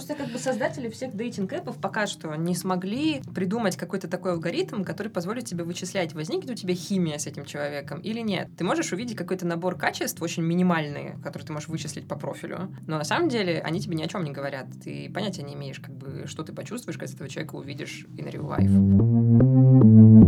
Просто как бы создатели всех дейтинг-эпов пока что не смогли придумать какой-то такой алгоритм, который позволит тебе вычислять, возникнет у тебя химия с этим человеком или нет. Ты можешь увидеть какой-то набор качеств очень минимальные, которые ты можешь вычислить по профилю, но на самом деле они тебе ни о чем не говорят. Ты понятия не имеешь, как бы, что ты почувствуешь, когда этого человека увидишь in real life.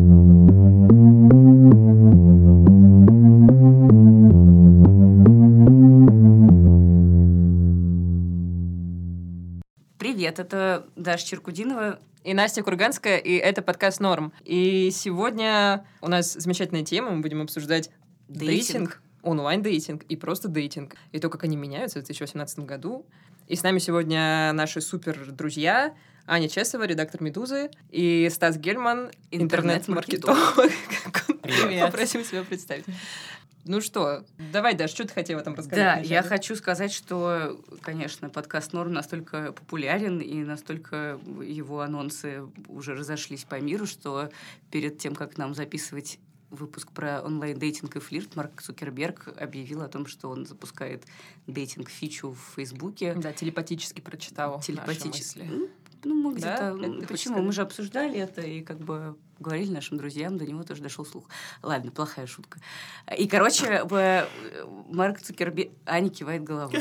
Привет, это Даша Черкудинова и Настя Курганская, и это подкаст «Норм». И сегодня у нас замечательная тема, мы будем обсуждать дейтинг, онлайн-дейтинг и просто дейтинг, и то, как они меняются в 2018 году. И с нами сегодня наши супер-друзья Аня Чесова, редактор «Медузы», и Стас Гельман, интернет-маркетолог. Привет. Попросим себя представить. Ну что, давай, Даш, что ты хотела там рассказать? Да, я хочу сказать, что, конечно, подкаст «Норм» настолько популярен, и настолько его анонсы уже разошлись по миру, что перед тем, как нам записывать выпуск про онлайн-дейтинг и флирт, Марк Цукерберг объявил о том, что он запускает дейтинг-фичу в Фейсбуке. Да, телепатически прочитал наши мысли. Ну, мы где-то... Почему? Мы же обсуждали это и как бы говорили нашим друзьям, до него тоже дошел слух. Ладно, плохая шутка. И, короче, Марк Цукерберг... Аня кивает головой.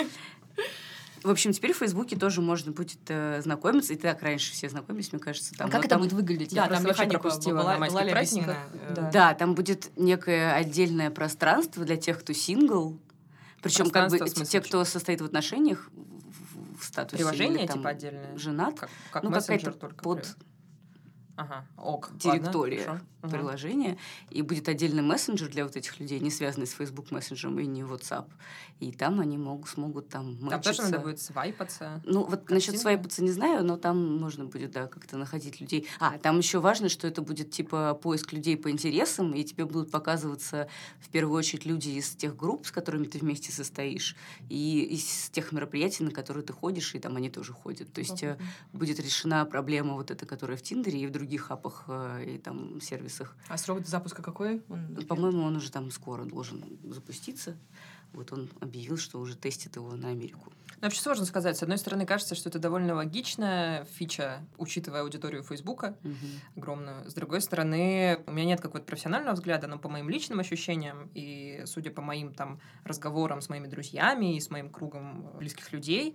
В общем, теперь в Фейсбуке тоже можно будет знакомиться. И так раньше все знакомились, мне кажется. Там, как это будет выглядеть? Да, я там вообще механика пропустила на майских праздниках. Да, там будет некое отдельное пространство для тех, кто сингл. Причем как бы те, кто состоит в отношениях, в статусе. Приложение или, там, типа отдельное? Женат. Как ну, мессенджер какая-то только. Под директория приложения. И будет отдельный мессенджер для вот этих людей, не связанный с Facebook мессенджером и не WhatsApp. И там они смогут там мэчиться. Там тоже надо будет свайпаться? Ну, вот насчет свайпаться не знаю, но там можно будет, да, как-то находить людей. Там еще важно, что это будет типа поиск людей по интересам, и тебе будут показываться в первую очередь люди из тех групп, с которыми ты вместе состоишь, и из тех мероприятий, на которые ты ходишь, и там они тоже ходят. То есть будет решена проблема вот эта, которая в Тиндере и в других апах и там сервисах. А срок запуска какой? По-моему, он уже там скоро должен запуститься. Вот он объявил, что уже тестит его на Америку. Ну, вообще сложно сказать. С одной стороны, кажется, что это довольно логичная фича, учитывая аудиторию Фейсбука огромную. С другой стороны, у меня нет какого-то профессионального взгляда, но по моим личным ощущениям и судя по моим там разговорам с моими друзьями и с моим кругом близких людей,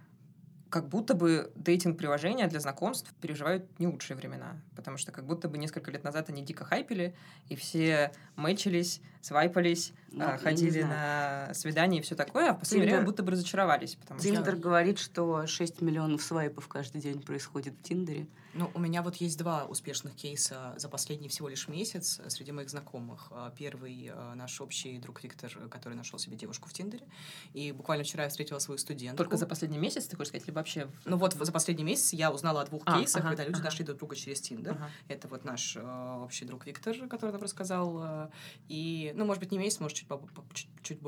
как будто бы дейтинг-приложения для знакомств переживают не лучшие времена. Потому что как будто бы несколько лет назад они дико хайпели, и все мэчились, свайпались, ходили на свидания и все такое, а в последнее время будто бы разочаровались. Тиндер говорит, что 6 миллионов свайпов каждый день происходит в Тиндере. Ну, у меня вот есть 2 успешных кейса за последний всего лишь месяц среди моих знакомых. Первый наш общий друг Виктор, который нашел себе девушку в Тиндере. И буквально вчера я встретила свою студентку. Только за последний месяц, ты хочешь сказать, или вообще? Ну вот за последний месяц я узнала о 2 кейсах, когда люди нашли друг друга через Тиндер. Это вот наш общий друг Виктор, который нам рассказал. И, ну, может быть, не месяц, может, чуть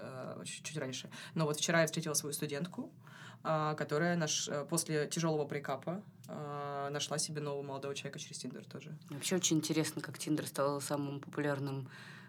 раньше. Но вот вчера я встретила свою студентку, которая после тяжелого брейкапа нашла себе нового молодого человека через Тиндер тоже. Вообще очень интересно, как Тиндер стал самым популярным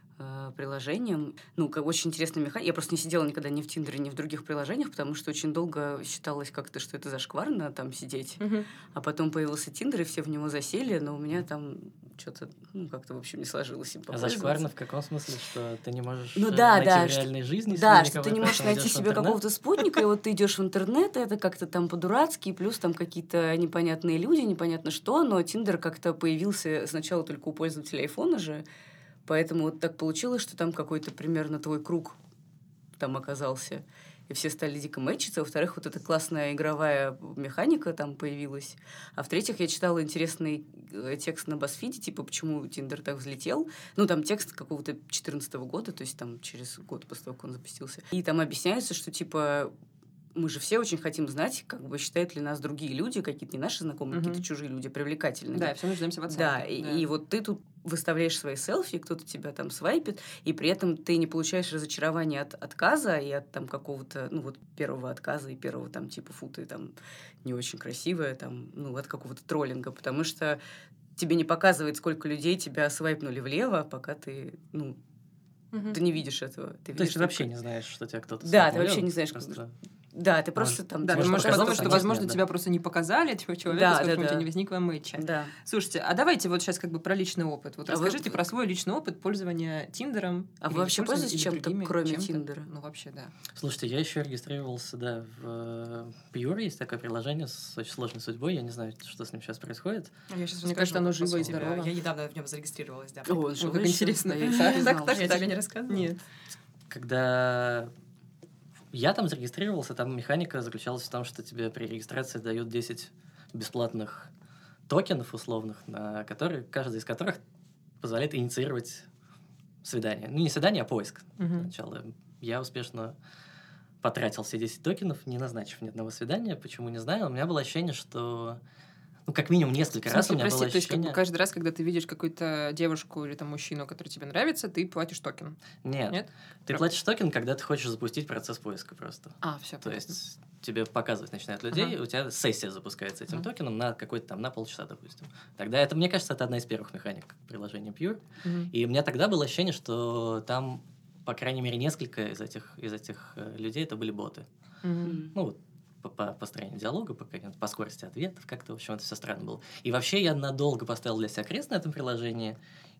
приложением. Ну, очень интересная механика. Я просто не сидела никогда ни в Тиндере, ни в других приложениях, потому что очень долго считалось как-то, что это зашкварно там сидеть. А потом появился Тиндер, и все в него засели, но у меня там что-то, как-то, в общем, не сложилось им попользоваться. А зашкварно в каком смысле? Что ты не можешь найти в реальной жизни? Да, что ты не можешь найти себе какого-то спутника, и вот ты идешь в интернет, это как-то там по-дурацки, плюс там какие-то непонятные люди, непонятно что, но Тиндер как-то появился сначала только у пользователей айфона же, поэтому вот так получилось, что там какой-то примерно твой круг там оказался. И все стали дико мэчиться. Во-вторых, вот эта классная игровая механика там появилась. А в-третьих, я читала интересный текст на BuzzFeed, типа, почему Тиндер так взлетел. Ну, там текст какого-то 2014 года, то есть там через год после того, как он запустился. И там объясняется, что, типа, мы же все очень хотим знать, как бы считают ли нас другие люди, какие-то не наши знакомые, какие-то чужие люди, привлекательные. Да, все нуждаемся в оценке. Да, и вот ты тут выставляешь свои селфи, кто-то тебя там свайпит, и при этом ты не получаешь разочарования от отказа и от там какого-то, первого отказа и первого там типа фу, ты там не очень красивая, там, от какого-то троллинга, потому что тебе не показывает, сколько людей тебя свайпнули влево, пока ты, ты не видишь этого. То есть ты вообще не знаешь, что тебя кто-то свайпнул. Да, ты вообще не знаешь, просто Да, ты просто там... Да, ты можешь подумать, что, возможно, тебя просто не показали, человека, с которым у тебя не возникло мэтча. Да. Слушайте, а давайте вот сейчас как бы про личный опыт. Вот расскажите про свой личный опыт пользования Тиндером. А вы вообще пользуетесь чем-то, кроме Тиндера? Ну, вообще, да. Слушайте, я еще регистрировался, да, в Pure. Есть такое приложение с очень сложной судьбой. Я не знаю, что с ним сейчас происходит. Мне кажется, оно живо и здорово. Я недавно в нем зарегистрировалась, да. О, как интересно. Так, я тебе не рассказывала? Нет. Когда я там зарегистрировался, там механика заключалась в том, что тебе при регистрации дают 10 бесплатных токенов условных, каждый из которых позволяет инициировать свидание. Ну, не свидание, а поиск сначала. Я успешно потратил все 10 токенов, не назначив ни одного свидания. Почему, не знаю. У меня было ощущение, что... Ну, как минимум, несколько раз у меня было ощущение... То есть, как бы каждый раз, когда ты видишь какую-то девушку или там мужчину, который тебе нравится, ты платишь токен? Нет? Ты платишь токен, когда ты хочешь запустить процесс поиска просто. Все. То есть тебе показывать начинают людей, у тебя сессия запускается этим токеном на какой-то там, на полчаса, допустим. Тогда это, мне кажется, это одна из первых механик приложения Pure. И у меня тогда было ощущение, что там, по крайней мере, несколько из этих людей это были боты. Ну, вот. По построению диалога, по скорости ответов, как-то, в общем, это все странно было. И вообще я надолго поставил для себя крест на этом приложении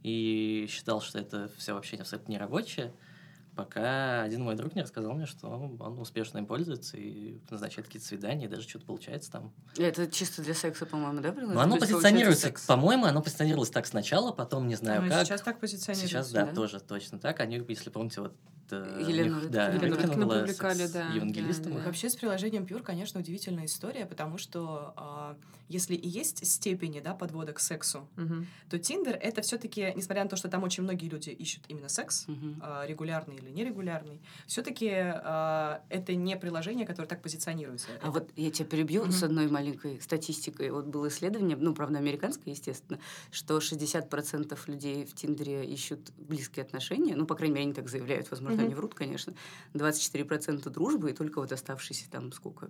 и считал, что это все вообще абсолютно нерабочее, пока один мой друг не рассказал мне, что он успешно им пользуется и назначает какие-то свидания, и даже что-то получается там. Это чисто для секса, по-моему, да, приложение? Но оно позиционируется, по-моему, оно позиционировалось так сначала, потом не знаю как. Сейчас так позиционируется. Сейчас, да, тоже точно так. Они, если помните, вот Елена Рыткина публиковали, да. евангелистом. Вообще с приложением Pure, конечно, удивительная история, потому что если и есть степени, да, подвода к сексу, то Tinder — это все-таки, несмотря на то, что там очень многие люди ищут именно секс, регулярный или нерегулярный, все-таки это не приложение, которое так позиционируется. Вот я тебя перебью с одной маленькой статистикой. Вот было исследование, ну, правда, американское, естественно, что 60% людей в Тиндере ищут близкие отношения, ну, по крайней мере, они так заявляют, возможно, они врут, конечно, 24% дружбы, и только вот оставшиеся там сколько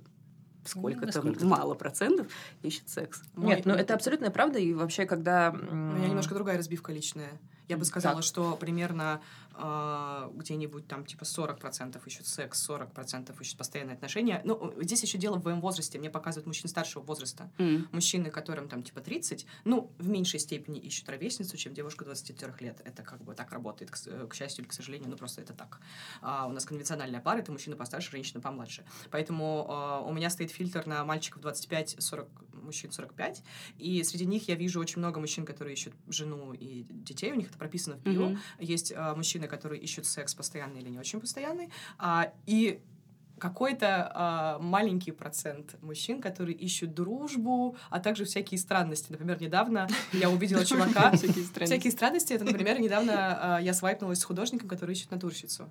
там, мало процентов ищет секс. Нет, ну это абсолютная правда, и вообще, когда... У меня немножко другая разбивка личная. Я бы сказала, что примерно где-нибудь там типа 40% ищут секс, 40% ищут постоянные отношения. Ну, здесь еще дело в моем возрасте. Мне показывают мужчин старшего возраста. Мужчины, которым там типа 30, ну, в меньшей степени ищут ровесницу, чем девушка 23 лет. Это как бы так работает, к счастью или к сожалению, ну, просто это так. У нас конвенциональная пара — это мужчина постарше, женщина помладше. Поэтому у меня стоит фильтр на мальчиков 25-40, мужчин 45, и среди них я вижу очень много мужчин, которые ищут жену и детей, у них это прописано в био. Есть мужчины, которые ищут секс постоянный или не очень постоянный, и какой-то маленький процент мужчин, которые ищут дружбу, а также всякие странности. Например, недавно я увидела чувака... Всякие странности. Это, например, недавно я свайпнулась с художником, который ищет натурщицу.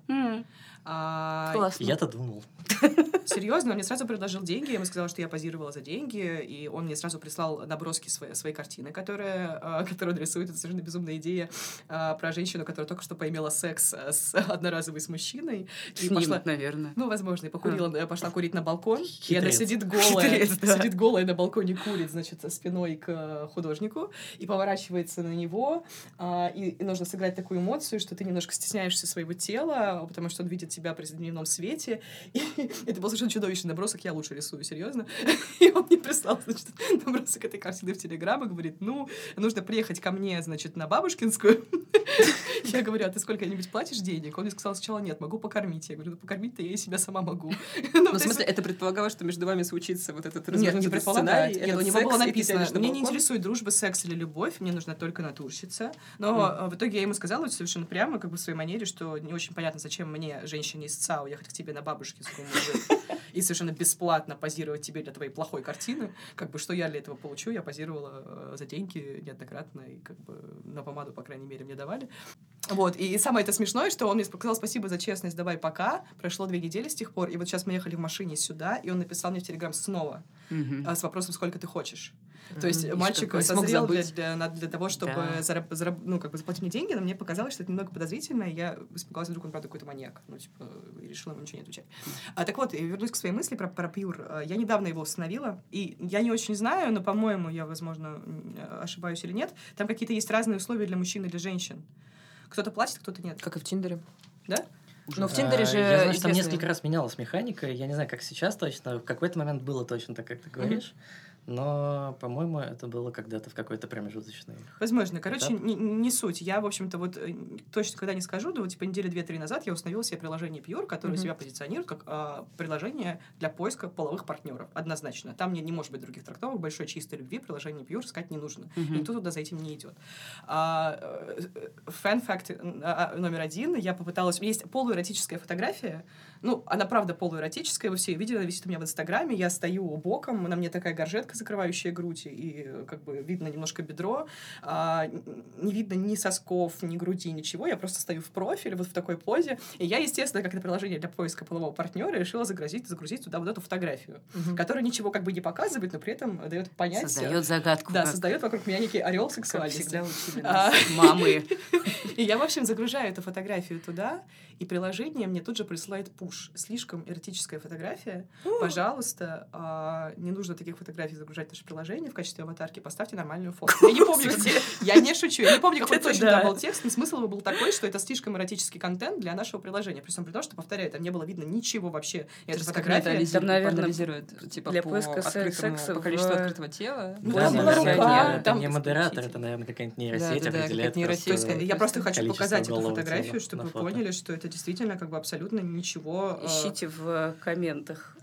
Классно. Я-то думал. Серьезно, он мне сразу предложил деньги, я ему сказала, что я позировала за деньги, и он мне сразу прислал наброски своей картины, которую он рисует. Это совершенно безумная идея про женщину, которая только что поимела секс одноразовый с мужчиной. И пошла, наверное. Ну, возможно, и покурила, пошла курить на балкон. И она сидит голая на балконе, курит, значит, спиной к художнику, и поворачивается на него, и нужно сыграть такую эмоцию, что ты немножко стесняешься своего тела, потому что он видит тебя при дневном свете. И это был совершенно чудовищный набросок, я лучше рисую, серьезно. И он мне прислал, значит, набросок этой картины в Телеграм и говорит, ну, нужно приехать ко мне, значит, на Бабушкинскую. Я говорю, а ты сколько-нибудь платишь денег? Он мне сказал сначала, нет, могу покормить. Я говорю, ну, покормить-то я и себя сама могу. Ну, в смысле, это предполагало, что между вами случится вот этот развернутый сценарий? Нет, у него было написано, мне не интересует дружба, секс или любовь, мне нужна только натурщица. Но в итоге я ему сказала совершенно прямо, как бы в своей манере, что не очень понятно, зачем мне, женщине из ЦА, уехать к тебе на Бабушкинскую и совершенно бесплатно позировать тебе для твоей плохой картины. Как бы, что я для этого получу? Я позировала за деньги неоднократно, и как бы на помаду, по крайней мере, мне давали. Вот, и самое это смешное, что он мне сказал спасибо за честность, давай пока. Прошло 2 недели с тех пор, и вот сейчас мы ехали в машине сюда, и он написал мне в Телеграм снова с вопросом, сколько ты хочешь. То есть мальчик созрел для того, чтобы заплатить мне деньги, но мне показалось, что это немного подозрительно, и я испугалась, вдруг он, правда, какой-то маньяк. Ну, типа, и решила ему ничего не отвечать. Так вот, вернусь к своей мысли про Pure. Я недавно его установила, и я не очень знаю, но, по-моему, я, возможно, ошибаюсь или нет, там какие-то есть разные условия для мужчин и для женщин. Кто-то платит, кто-то нет. Как и в Тиндере. Да? Но в Тиндере же... Я знаю, что там несколько раз менялась механика, я не знаю, как сейчас точно, в какой-то момент было точно так, как ты говоришь, но, по-моему, это было когда-то в какой-то промежуточный. Возможно. Короче, не суть. Я, в общем-то, вот точно когда не скажу, но вот типа недели 2-3 назад я установила себе приложение Pure, которое себя позиционирует как приложение для поиска половых партнеров. Однозначно. Там не может быть других трактовок. Большой чистой любви приложение Pure искать не нужно. Никто туда за этим не идет. Фан-факт номер 1. Я попыталась... Есть полуэротическая фотография. Ну, она правда полуэротическая. Вы все ее видели, она висит у меня в Инстаграме. Я стою боком, на мне такая горжетка, закрывающая грудь, и как бы видно немножко бедро. Не видно ни сосков, ни груди, ничего. Я просто стою в профиле, вот в такой позе. И я, естественно, как это приложение для поиска полового партнера, решила загрузить туда вот эту фотографию, которая ничего как бы не показывает, но при этом дает понять... Создает загадку. Да, создает вокруг меня некий орел сексуальности. Как всегда учили нас мамы. И я, в общем, загружаю эту фотографию туда, и приложение мне тут же присылает пуш. Слишком эротическая фотография. Пожалуйста, не нужно таких фотографий загружать в наше приложение в качестве аватарки. Поставьте нормальную фото. Я не помню, я не шучу, я не помню, какой точно там был текст, но смысл его был такой, что это слишком эротический контент для нашего приложения. При том, что, повторяю, там не было видно ничего вообще. Эта фотография там, наверное, анализирует типа для по поиска секса по количеству открытого тела. Там была рука. Это не модератор, это, наверное, какая-нибудь нейросеть определяет. Я просто хочу показать эту фотографию, чтобы вы поняли, что это действительно как бы абсолютно ничего... Ищите в комментах.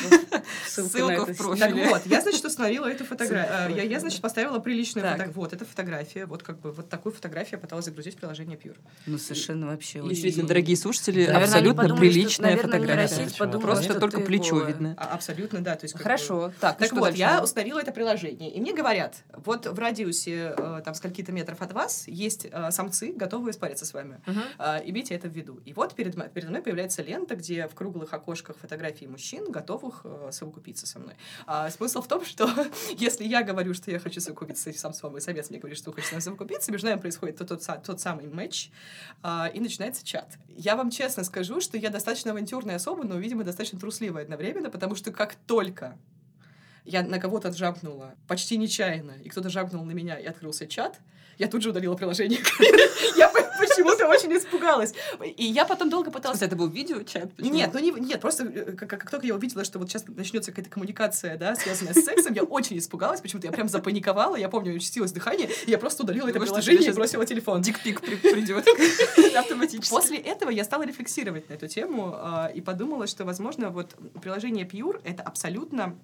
Ссылку в профиле. Так вот, я, значит, установила эту фотографию. Я, значит, поставила приличную фотографию. Вот, эта фотография. Вот как бы вот такую фотографию я пыталась загрузить в приложение Pure. Ну, совершенно вообще... Действительно, дорогие слушатели, абсолютно приличная фотография. Просто только плечо видно. Абсолютно, да. Хорошо. Так вот, я установила это приложение. И мне говорят, вот в радиусе там скольки-то метров от вас есть самцы, готовые спариться с вами. Имейте это в виду. И вот передо мной появляется лента, где в круглых окошках фотографии мужчин, готовых совокупиться со мной. Смысл в том, что если я говорю, что я хочу совокупиться, и сам мой самец мне говорит, что хочет с нами совокупиться, между нами происходит тот самый матч, и начинается чат. Я вам честно скажу, что я достаточно авантюрная особа, но, видимо, достаточно трусливая одновременно, потому что как только я на кого-то джампнула почти нечаянно, и кто-то джампнул на меня, и открылся чат, я тут же удалила приложение. Я почему-то очень испугалась. И я потом долго пыталась... Это был видеочат? Нет, нет, просто как только я увидела, что вот сейчас начнется какая-то коммуникация, да, связанная с сексом, я очень испугалась, почему-то я прям запаниковала, я помню, участилось дыхание, и я просто удалила это приложение и бросила телефон. Дикпик придет автоматически. После этого я стала рефлексировать на эту тему и подумала, что, возможно, вот приложение Pure — это абсолютно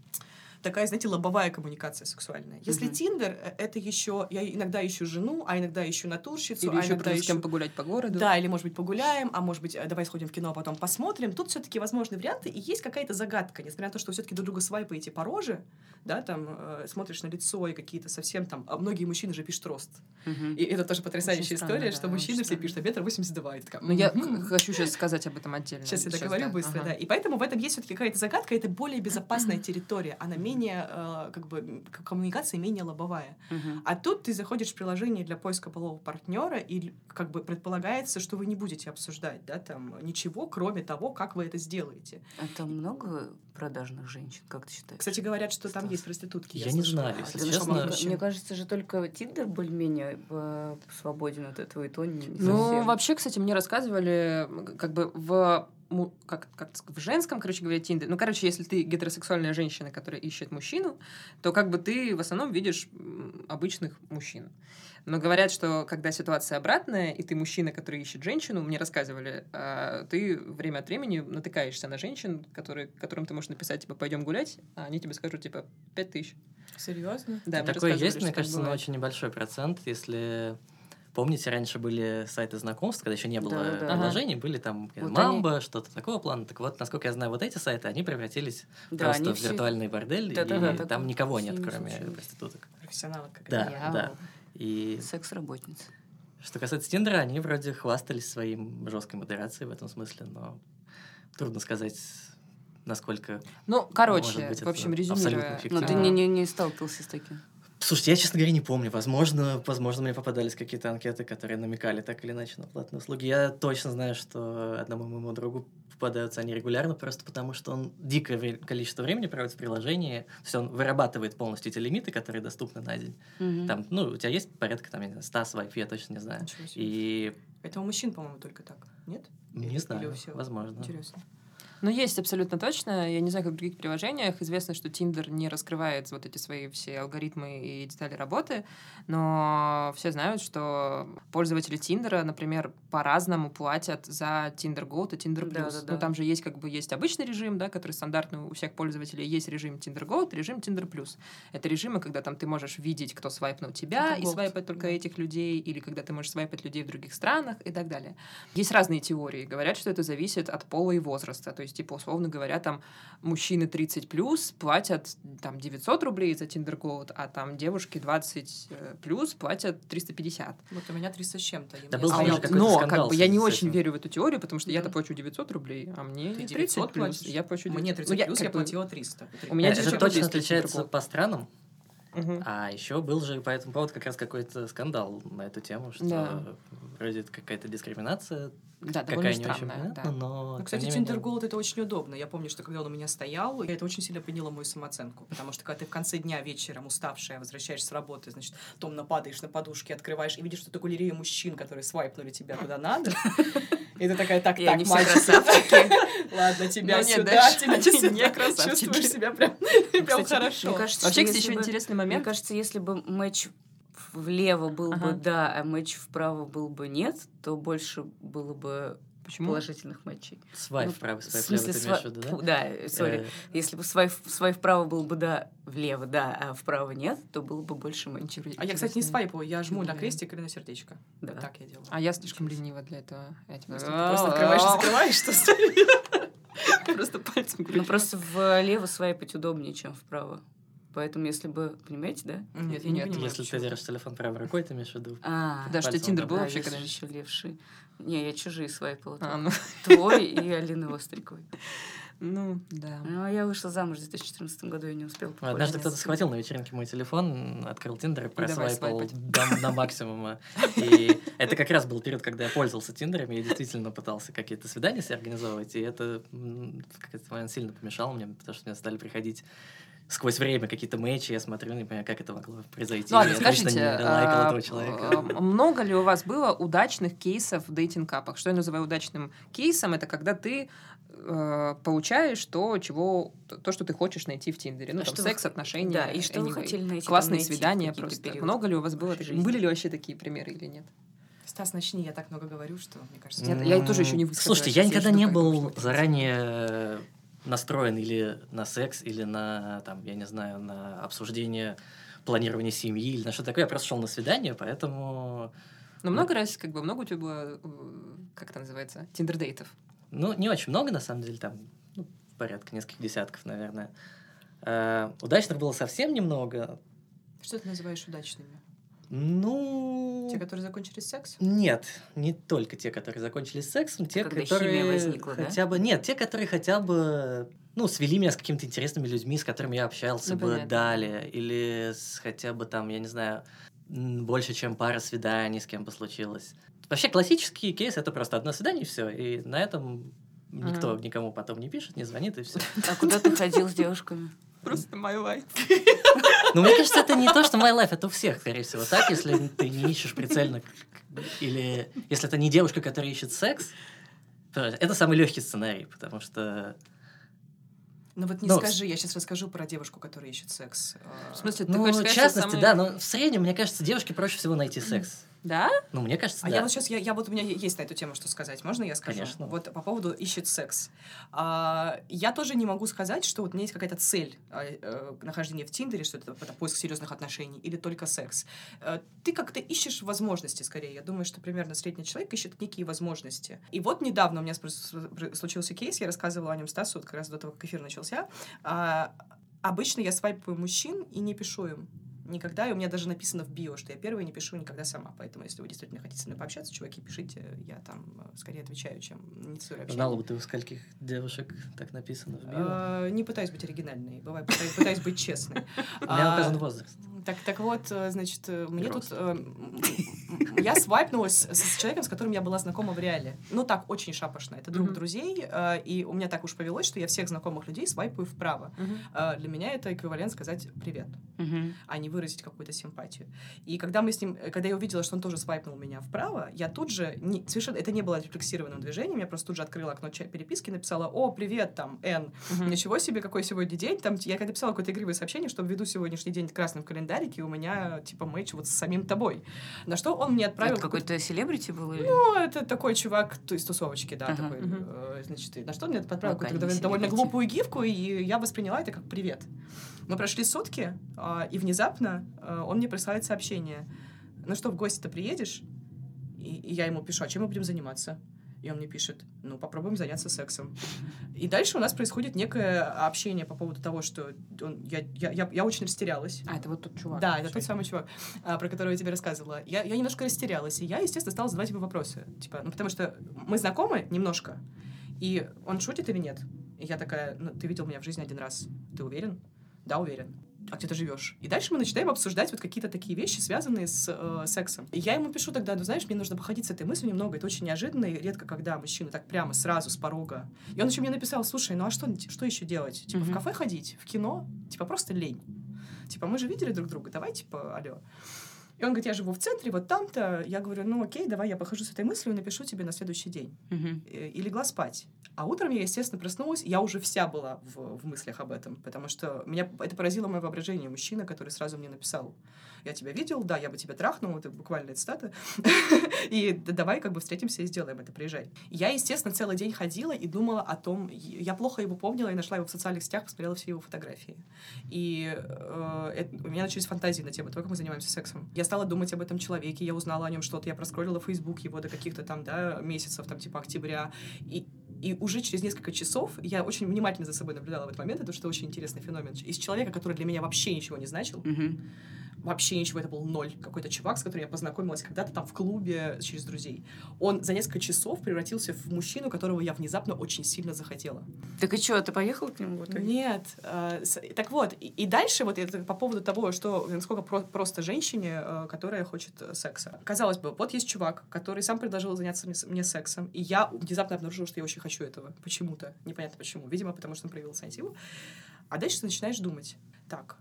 такая, знаете, лобовая коммуникация сексуальная. Если Тиндер — это еще... Я иногда ищу жену, а иногда ищу натурщицу, или еще просто с кем погулять по городу. Да, или, может быть, погуляем, а может быть, давай сходим в кино, а потом посмотрим. Тут все-таки возможны варианты, и есть какая-то загадка. Несмотря на то, что вы все-таки друг друга свайпаете по роже, да, там, смотришь на лицо и какие-то совсем там... А многие мужчины же пишут рост. И это тоже потрясающая история, что мужчины все пишут 1,82 м. Ну, я хочу сейчас сказать об этом отдельно. Сейчас я договорю быстро, да. И поэтому в этом есть все-таки какая-то загадка, это более безопасная территория, она менее... как бы коммуникация менее лобовая. А тут ты заходишь в приложение для поиска полового партнера, и как бы предполагается, что вы не будете обсуждать, да, там, ничего, кроме того, как вы это сделаете. А там много продажных женщин, как ты считаешь? Кстати, говорят, что там есть проститутки. Я не знаю, если честно. Мне кажется же, только Тиндер более-менее свободен от этого, и то не совсем. Ну, вообще, кстати, мне рассказывали, как бы в женском, короче говоря, Тиндере. Ну, короче, если ты гетеросексуальная женщина, которая ищет мужчину, то как бы ты в основном видишь обычных мужчин. Но говорят, что когда ситуация обратная, и ты мужчина, который ищет женщину, мне рассказывали, ты время от времени натыкаешься на женщин, которым ты можешь написать, типа, пойдем гулять, а они тебе скажут, типа, 5000. Серьезно? Да, такое есть, мне кажется, но очень небольшой процент, если... Помните, раньше были сайты знакомств, когда еще не было приложений, были там вот Мамба, что-то такого плана. Так вот, насколько я знаю, вот эти сайты, они превратились просто в виртуальный бордель, и там никого нет, кроме проституток. Профессионалов, как да. И... Секс-работницы. Что касается Тиндера, они вроде хвастались своим жесткой модерацией в этом смысле, но трудно сказать, насколько... Ну, короче, в общем, резюмируя... Но ты не сталкивался с таким? Слушайте, я, честно говоря, не помню. Возможно, мне попадались какие-то анкеты, которые намекали так или иначе на платные услуги. Я точно знаю, что одному моему другу попадаются они регулярно, просто потому что он дикое количество времени проводит в приложении. То есть он вырабатывает полностью эти лимиты, которые доступны на день. Там, у тебя есть порядка, там, 100 свайп, я точно не знаю. И Это у мужчин, по-моему, только так, нет? Не знаю, возможно. Интересно. Ну, есть абсолютно точно. Я не знаю, как в других приложениях. Известно, что Tinder не раскрывает вот эти свои все алгоритмы и детали работы, но все знают, что пользователи Тиндера, например, по-разному платят за Tinder Gold и Tinder Plus. Ну, там же есть есть обычный режим, да, который стандартный у всех пользователей. Есть режим Tinder Gold, режим Tinder Plus. Это режимы, когда там ты можешь видеть, кто свайпнул тебя, и свайпать только этих людей, или когда ты можешь свайпать людей в других странах и так далее. Есть разные теории. Говорят, что это зависит от пола и возраста. То есть, типа, условно говоря, там мужчины 30+ платят там 900 рублей за Tinder Gold, а там девушки 20+ платят 350. Вот у меня 300 с чем-то. Но как бы я не очень верю в эту теорию, потому что я-то плачу 900 рублей, а мне 30+. Я плачу 900. Мне 30+, я платила 300. У меня это точно отличается по странам. А еще был же по этому поводу как раз какой-то скандал на эту тему, что вроде это какая-то дискриминация. Да, довольно странная, да. Но, кстати, Tinder Gold — это очень удобно. Я помню, что когда он у меня стоял, это очень сильно подняло мою самооценку, потому что когда ты в конце дня вечером уставшая возвращаешься с работы, значит, томно падаешь на подушке, открываешь и видишь, что это галерея мужчин, которые свайпнули тебя куда надо. И ты такая, так, мальчики, ладно, тебя сюда, тебя не красавчики. Чувствуешь себя прям хорошо. Вообще, кстати, еще интересный момент. Мне кажется, если бы матч влево был бы да, а матч вправо был бы нет, то больше было бы положительных матчей. Свайп вправо, свайп влево, ты имеешь в виду, да? Да, сори. Если бы свайп вправо был бы да, влево да, а вправо нет, то было бы больше матчей. А я, кстати, не свайпаю, я жму на крестик или на сердечко. Да. Вот так я делаю. А я слишком ленива для этого. Ты просто открываешь и закрываешь, что ли? Просто пальцем крутишь. Ну, просто влево свайпать удобнее, чем вправо. Поэтому, если бы... Понимаете, да? Нет, я не понимаю. Если ты держишь телефон правой рукой, ты имеешь в виду? Да, что Тиндер был вообще когда-нибудь? еще левший. Не, я чужие свайпала. Твой и Алины Востриковой. Ну, да. Ну, а я вышла замуж в 2014 году, я не успела. Однажды кто-то схватил на вечеринке мой телефон, открыл Тиндер и просвайпал до максимума. И это как раз был период, когда я пользовался Тиндером, я действительно пытался какие-то свидания себе организовывать, и это в какой-то момент сильно помешало мне, потому что мне стали приходить сквозь время какие-то мэчи, я смотрю, не понимаю, как это могло произойти. Ладно, скажите, этого человека. Много ли у вас было удачных кейсов в дейтинг-апах? Что я называю удачным кейсом? Это когда ты получаешь то, что ты хочешь найти в Тиндере. Ну, там, секс, отношения. Да, и что вы хотели найти. Классные свидания просто. Много ли у вас было таких? Были ли вообще такие примеры или нет? Стас, начни, я так много говорю, что, мне кажется... Я тоже еще не высказалась. Слушайте, я никогда не был заранее настроен или на секс, или на, там, я не знаю, на обсуждение планирования семьи, или на что такое. Я просто шел на свидание, поэтому... Ну, много раз, много у тебя было, как это называется, тиндер-дейтов? Ну, не очень много, на самом деле, там, порядка нескольких десятков, наверное. Удачных было совсем немного. Что ты называешь удачными? Ну... Те, которые закончились сексом? Нет, не только те, которые закончились сексом, те, когда которые химия возникла, хотя бы... Нет, те, которые хотя бы, свели меня с какими-то интересными людьми, с которыми я общался бы далее, или хотя бы там, я не знаю, больше, чем пара свиданий с кем-то случилось. Вообще классический кейс — это просто одно свидание, и все, и на этом никто никому потом не пишет, не звонит, и все. А куда ты ходил с девушками? Просто my life. Ну, мне кажется, это не то, что my life, это у всех, скорее всего, так, если ты не ищешь прицельно, или если это не девушка, которая ищет секс, то это самый легкий сценарий, потому что... Ну вот не скажи, я сейчас расскажу про девушку, которая ищет секс. В смысле, ты хочешь сказать, в частности, да, но в среднем, мне кажется, девушке проще всего найти секс. Да? Ну, мне кажется, да. Я вот сейчас, у меня есть на эту тему что сказать. Можно я скажу? Конечно. Вот по поводу ищет секс. Я тоже не могу сказать, что вот у меня есть какая-то цель нахождения в Тиндере, что это поиск серьезных отношений или только секс. Ты как-то ищешь возможности, скорее. Я думаю, что примерно средний человек ищет некие возможности. И вот недавно у меня случился кейс, я рассказывала о нем Стасу, вот как раз до того, как эфир начался. Обычно я свайпаю мужчин и не пишу им. Никогда, и у меня даже написано в био, что я первая не пишу никогда сама. Поэтому, если вы действительно хотите со мной пообщаться, чуваки, пишите, я там скорее отвечаю, чем инициирую общение. Знала бы ты, у скольких девушек так написано в био? Не пытаюсь быть оригинальной, пытаюсь быть честной. У меня указан возраст. Так вот, значит, мне тут... Я свайпнулась с человеком, с которым я была знакома в реале. Ну, так, очень шапошно. Это друг друзей, и у меня так уж повелось, что я всех знакомых людей свайпаю вправо. Для меня это эквивалент сказать «привет», а не выразить какую-то симпатию. И когда я увидела, что он тоже свайпнул меня вправо, я тут же... Совершенно это не было рефлексированным движением, я просто тут же открыла окно переписки, написала «О, привет, там, Н, ничего себе, какой сегодня день». Там, я когда писала какое-то игривое сообщение, что введу сегодняшний день красным в календарике, у меня, типа, мэч вот с самим тобой. На что он мне отправил... Это какой-то селебрити был? Или... Ну, это такой чувак из тусовочки, да, такой, значит, на что он мне отправил какую-то довольно глупую гифку, и я восприняла это как «привет». Мы прошли сутки, и внезапно он мне присылает сообщение. Ну что, в гости-то приедешь? И я ему пишу, а чем мы будем заниматься? И он мне пишет, ну, попробуем заняться сексом. И дальше у нас происходит некое общение по поводу того, что я очень растерялась. А, это вот тот чувак. Да, это тот самый чувак, про которого я тебе рассказывала. Я немножко растерялась, и я, естественно, стала задавать ему вопросы. Типа, ну, потому что мы знакомы немножко, и он шутит или нет? И я такая, ну, ты видел меня в жизни один раз. Ты уверен? Да, уверен. А где ты живешь? И дальше мы начинаем обсуждать вот какие-то такие вещи, связанные с сексом. И я ему пишу тогда, ну, знаешь, мне нужно походить с этой мыслью немного. Это очень неожиданно, и редко, когда мужчина так прямо, сразу, с порога. И он еще мне написал, слушай, ну а что еще делать? Типа, в кафе ходить? В кино? Типа, просто лень. Типа, мы же видели друг друга, давай, типа, алло. И он говорит, я живу в центре, вот там-то. Я говорю, ну окей, давай я похожу с этой мыслью и напишу тебе на следующий день. И легла спать. А утром я, естественно, проснулась, я уже вся была в мыслях об этом, потому что меня это поразило мое воображение. Мужчина, который сразу мне написал, я тебя видел, да, я бы тебя трахнул, это буквально цитата, и давай как бы встретимся и сделаем это, приезжай. Я, естественно, целый день ходила и думала о том, я плохо его помнила, и нашла его в социальных сетях, посмотрела все его фотографии. И у меня начались фантазии на тему того, как мы занимаемся сексом. Я стала думать об этом человеке, я узнала о нем что-то, я проскроллила Facebook его до каких-то там, да, месяцев, там, типа октября, и уже через несколько часов я очень внимательно за собой наблюдала в этот момент, это что очень интересный феномен. Из человека, который для меня вообще ничего не значил, вообще ничего, это был ноль. Какой-то чувак, с которым я познакомилась когда-то там в клубе через друзей. Он за несколько часов превратился в мужчину, которого я внезапно очень сильно захотела. Так и что, ты поехала к нему? Нет. Так вот, и дальше вот это по поводу того, что насколько просто женщине, которая хочет секса. Казалось бы, вот есть чувак, который сам предложил заняться мне сексом, и я внезапно обнаружила, что я очень хочу этого. Почему-то. Непонятно почему. Видимо, потому что он проявил инициативу. А дальше ты начинаешь думать. Так,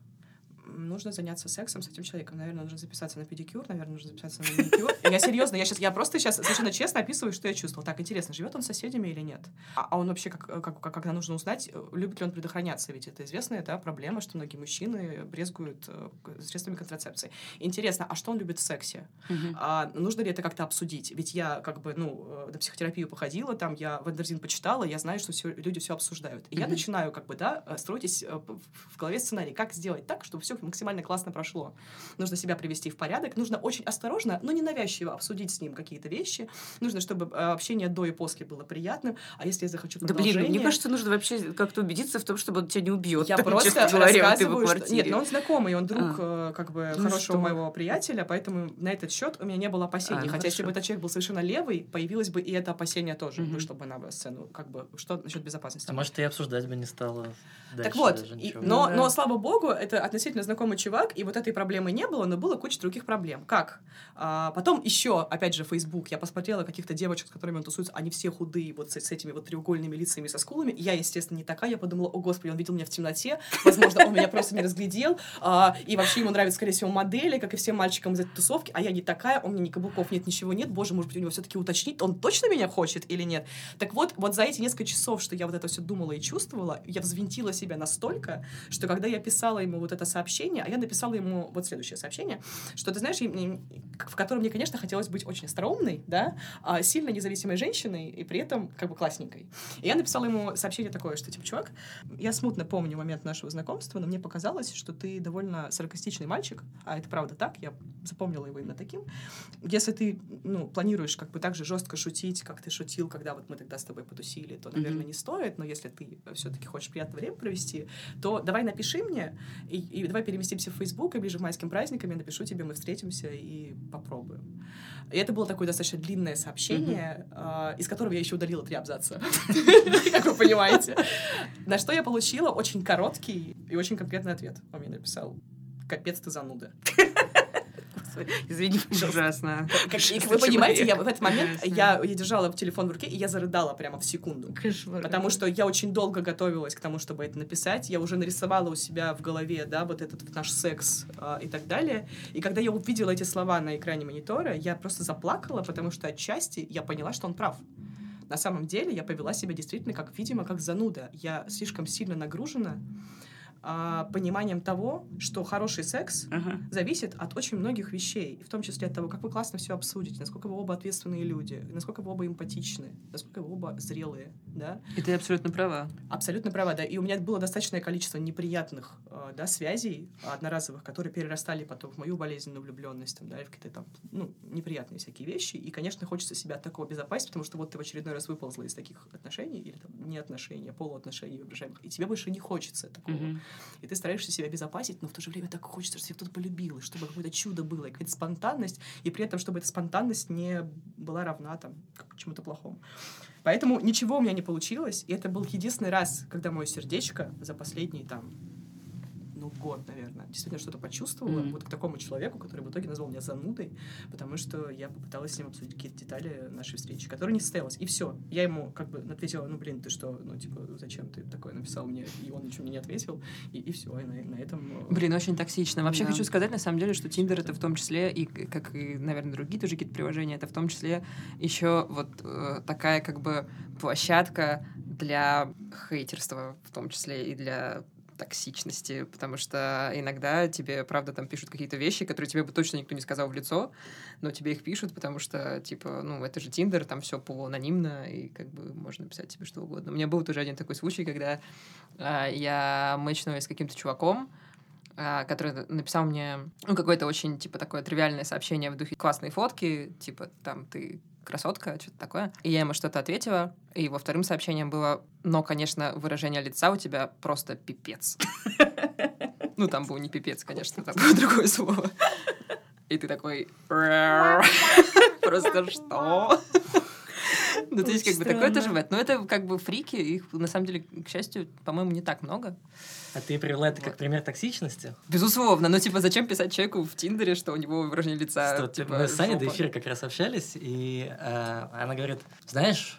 нужно заняться сексом с этим человеком. Наверное, нужно записаться на педикюр, наверное, нужно записаться на маникюр. Я серьезно, я просто сейчас совершенно честно описываю, что я чувствовала. Так, интересно, живет он с соседями или нет? А он вообще, когда нужно узнать, любит ли он предохраняться? Ведь это известная проблема, что многие мужчины брезгуют средствами контрацепции. Интересно, а что он любит в сексе? Нужно ли это как-то обсудить? Ведь я на психотерапию походила, там я Вандерзин почитала, я знаю, что люди все обсуждают. И я начинаю строить в голове сценарий, как сделать так, чтобы все максимально классно прошло. Нужно себя привести в порядок, нужно очень осторожно, но ненавязчиво обсудить с ним какие-то вещи. Нужно, чтобы общение до и после было приятным. А если я захочу продолжение... Да блин, мне кажется, нужно вообще как-то убедиться в том, чтобы он тебя не убьет. Я просто рассказываю, что... Нет, но он знакомый, он друг хорошего моего приятеля, поэтому на этот счет у меня не было опасений. Хотя если бы этот человек был совершенно левый, появилось бы и это опасение тоже. Вышло бы на сцену. Что насчет безопасности? А может, и обсуждать бы не стало. Так вот, но слава богу, это относительно знакомый чувак, и вот этой проблемы не было, но было куча других проблем. Как? Потом еще, опять же, Facebook. Я посмотрела каких-то девочек, с которыми он тусуется, они все худые, вот с этими вот треугольными лицами, со скулами. Я, естественно, не такая. Я подумала, о господи, он видел меня в темноте, возможно, он меня просто не разглядел, и вообще ему нравятся, скорее всего, модели, как и всем мальчикам из этой тусовки, а я не такая, у меня ни каблуков нет, ничего нет, боже, может быть, у него все-таки уточнить, он точно меня хочет или нет? Так вот за эти несколько часов, что я вот это все думала и чувствовала, я взвинтила себя настолько, что когда я писала ему вот это сообщение, а я написала ему вот следующее сообщение, что, ты знаешь, в котором мне, конечно, хотелось быть очень остроумной, да, сильно независимой женщиной и при этом как бы классненькой. И я написала ему сообщение такое, что, типа, чувак, я смутно помню момент нашего знакомства, но мне показалось, что ты довольно саркастичный мальчик, а это правда так, я запомнила его именно таким. Если ты, планируешь как бы так же жестко шутить, как ты шутил, когда вот мы тогда с тобой потусили, то, наверное, не стоит, но если ты все-таки хочешь приятное время провести, то давай напиши мне, и давай переместимся в Facebook, и ближе к майским праздникам я напишу тебе, мы встретимся и попробуем. И это было такое достаточно длинное сообщение, из которого я еще удалила 3 абзаца, как вы понимаете. На что я получила очень короткий и очень конкретный ответ. Он мне написал: капец ты зануда. Извини, ужасно. И вы понимаете, я в этот момент я держала телефон в руке, и я зарыдала прямо в секунду. Потому что я очень долго готовилась к тому, чтобы это написать. Я уже нарисовала у себя в голове, да, вот этот вот наш секс и так далее. И когда я увидела эти слова на экране монитора, я просто заплакала, потому что отчасти я поняла, что он прав. На самом деле я повела себя действительно, видимо, как зануда. Я слишком сильно нагружена пониманием того, что хороший секс зависит от очень многих вещей, и в том числе от того, как вы классно все обсудите, насколько вы оба ответственные люди, насколько вы оба эмпатичны, насколько вы оба зрелые, да? И ты абсолютно права. Абсолютно права, да. И у меня было достаточное количество неприятных, да, связей одноразовых, которые перерастали потом в мою болезненную влюбленность, там, да, и в какие-то там, неприятные всякие вещи. И, конечно, хочется себя от такого обезопасить, потому что вот ты в очередной раз выползла из таких отношений или там не отношений, а полуотношений воображаемых, и тебе больше не хочется такого. И ты стараешься себя обезопасить, но в то же время так хочется, чтобы кто-то полюбил, и чтобы какое-то чудо было, и какая-то спонтанность, и при этом, чтобы эта спонтанность не была равна там чему-то плохому. Поэтому ничего у меня не получилось, и это был единственный раз, когда мое сердечко за последний там, год, наверное, действительно что-то почувствовала вот к такому человеку, который в итоге назвал меня занудой, потому что я попыталась с ним обсудить какие-то детали нашей встречи, которая не состоялась. И все. Я ему ответила, ты что, зачем ты такое написал мне? И он ничего мне не ответил. И все. И на этом... Очень токсично. Вообще хочу сказать, на самом деле, что Tinder — это в том числе, и как и, наверное, другие тоже какие-то приложения, это в том числе еще вот такая площадка для хейтерства, в том числе и для токсичности, потому что иногда тебе, правда, там пишут какие-то вещи, которые тебе бы точно никто не сказал в лицо, но тебе их пишут, потому что, это же Tinder, там все полуанонимно, и можно писать себе что угодно. У меня был тоже один такой случай, когда я мэчнулась с каким-то чуваком, который написал мне какое-то очень, такое тривиальное сообщение в духе «классные фотки», там, ты красотка, что-то такое. И я ему что-то ответила, и его вторым сообщением было: но, конечно, выражение лица у тебя просто пипец. Там был не пипец, конечно, там было другое слово. И ты такой... Просто что? То есть, такое тоже бывает. Но это фрики, их, на самом деле, к счастью, по-моему, не так много. А ты привела это как пример токсичности? Безусловно. Зачем писать человеку в Тиндере, что у него выражение лица, мы с Саней до эфира как раз общались, и она говорит, знаешь,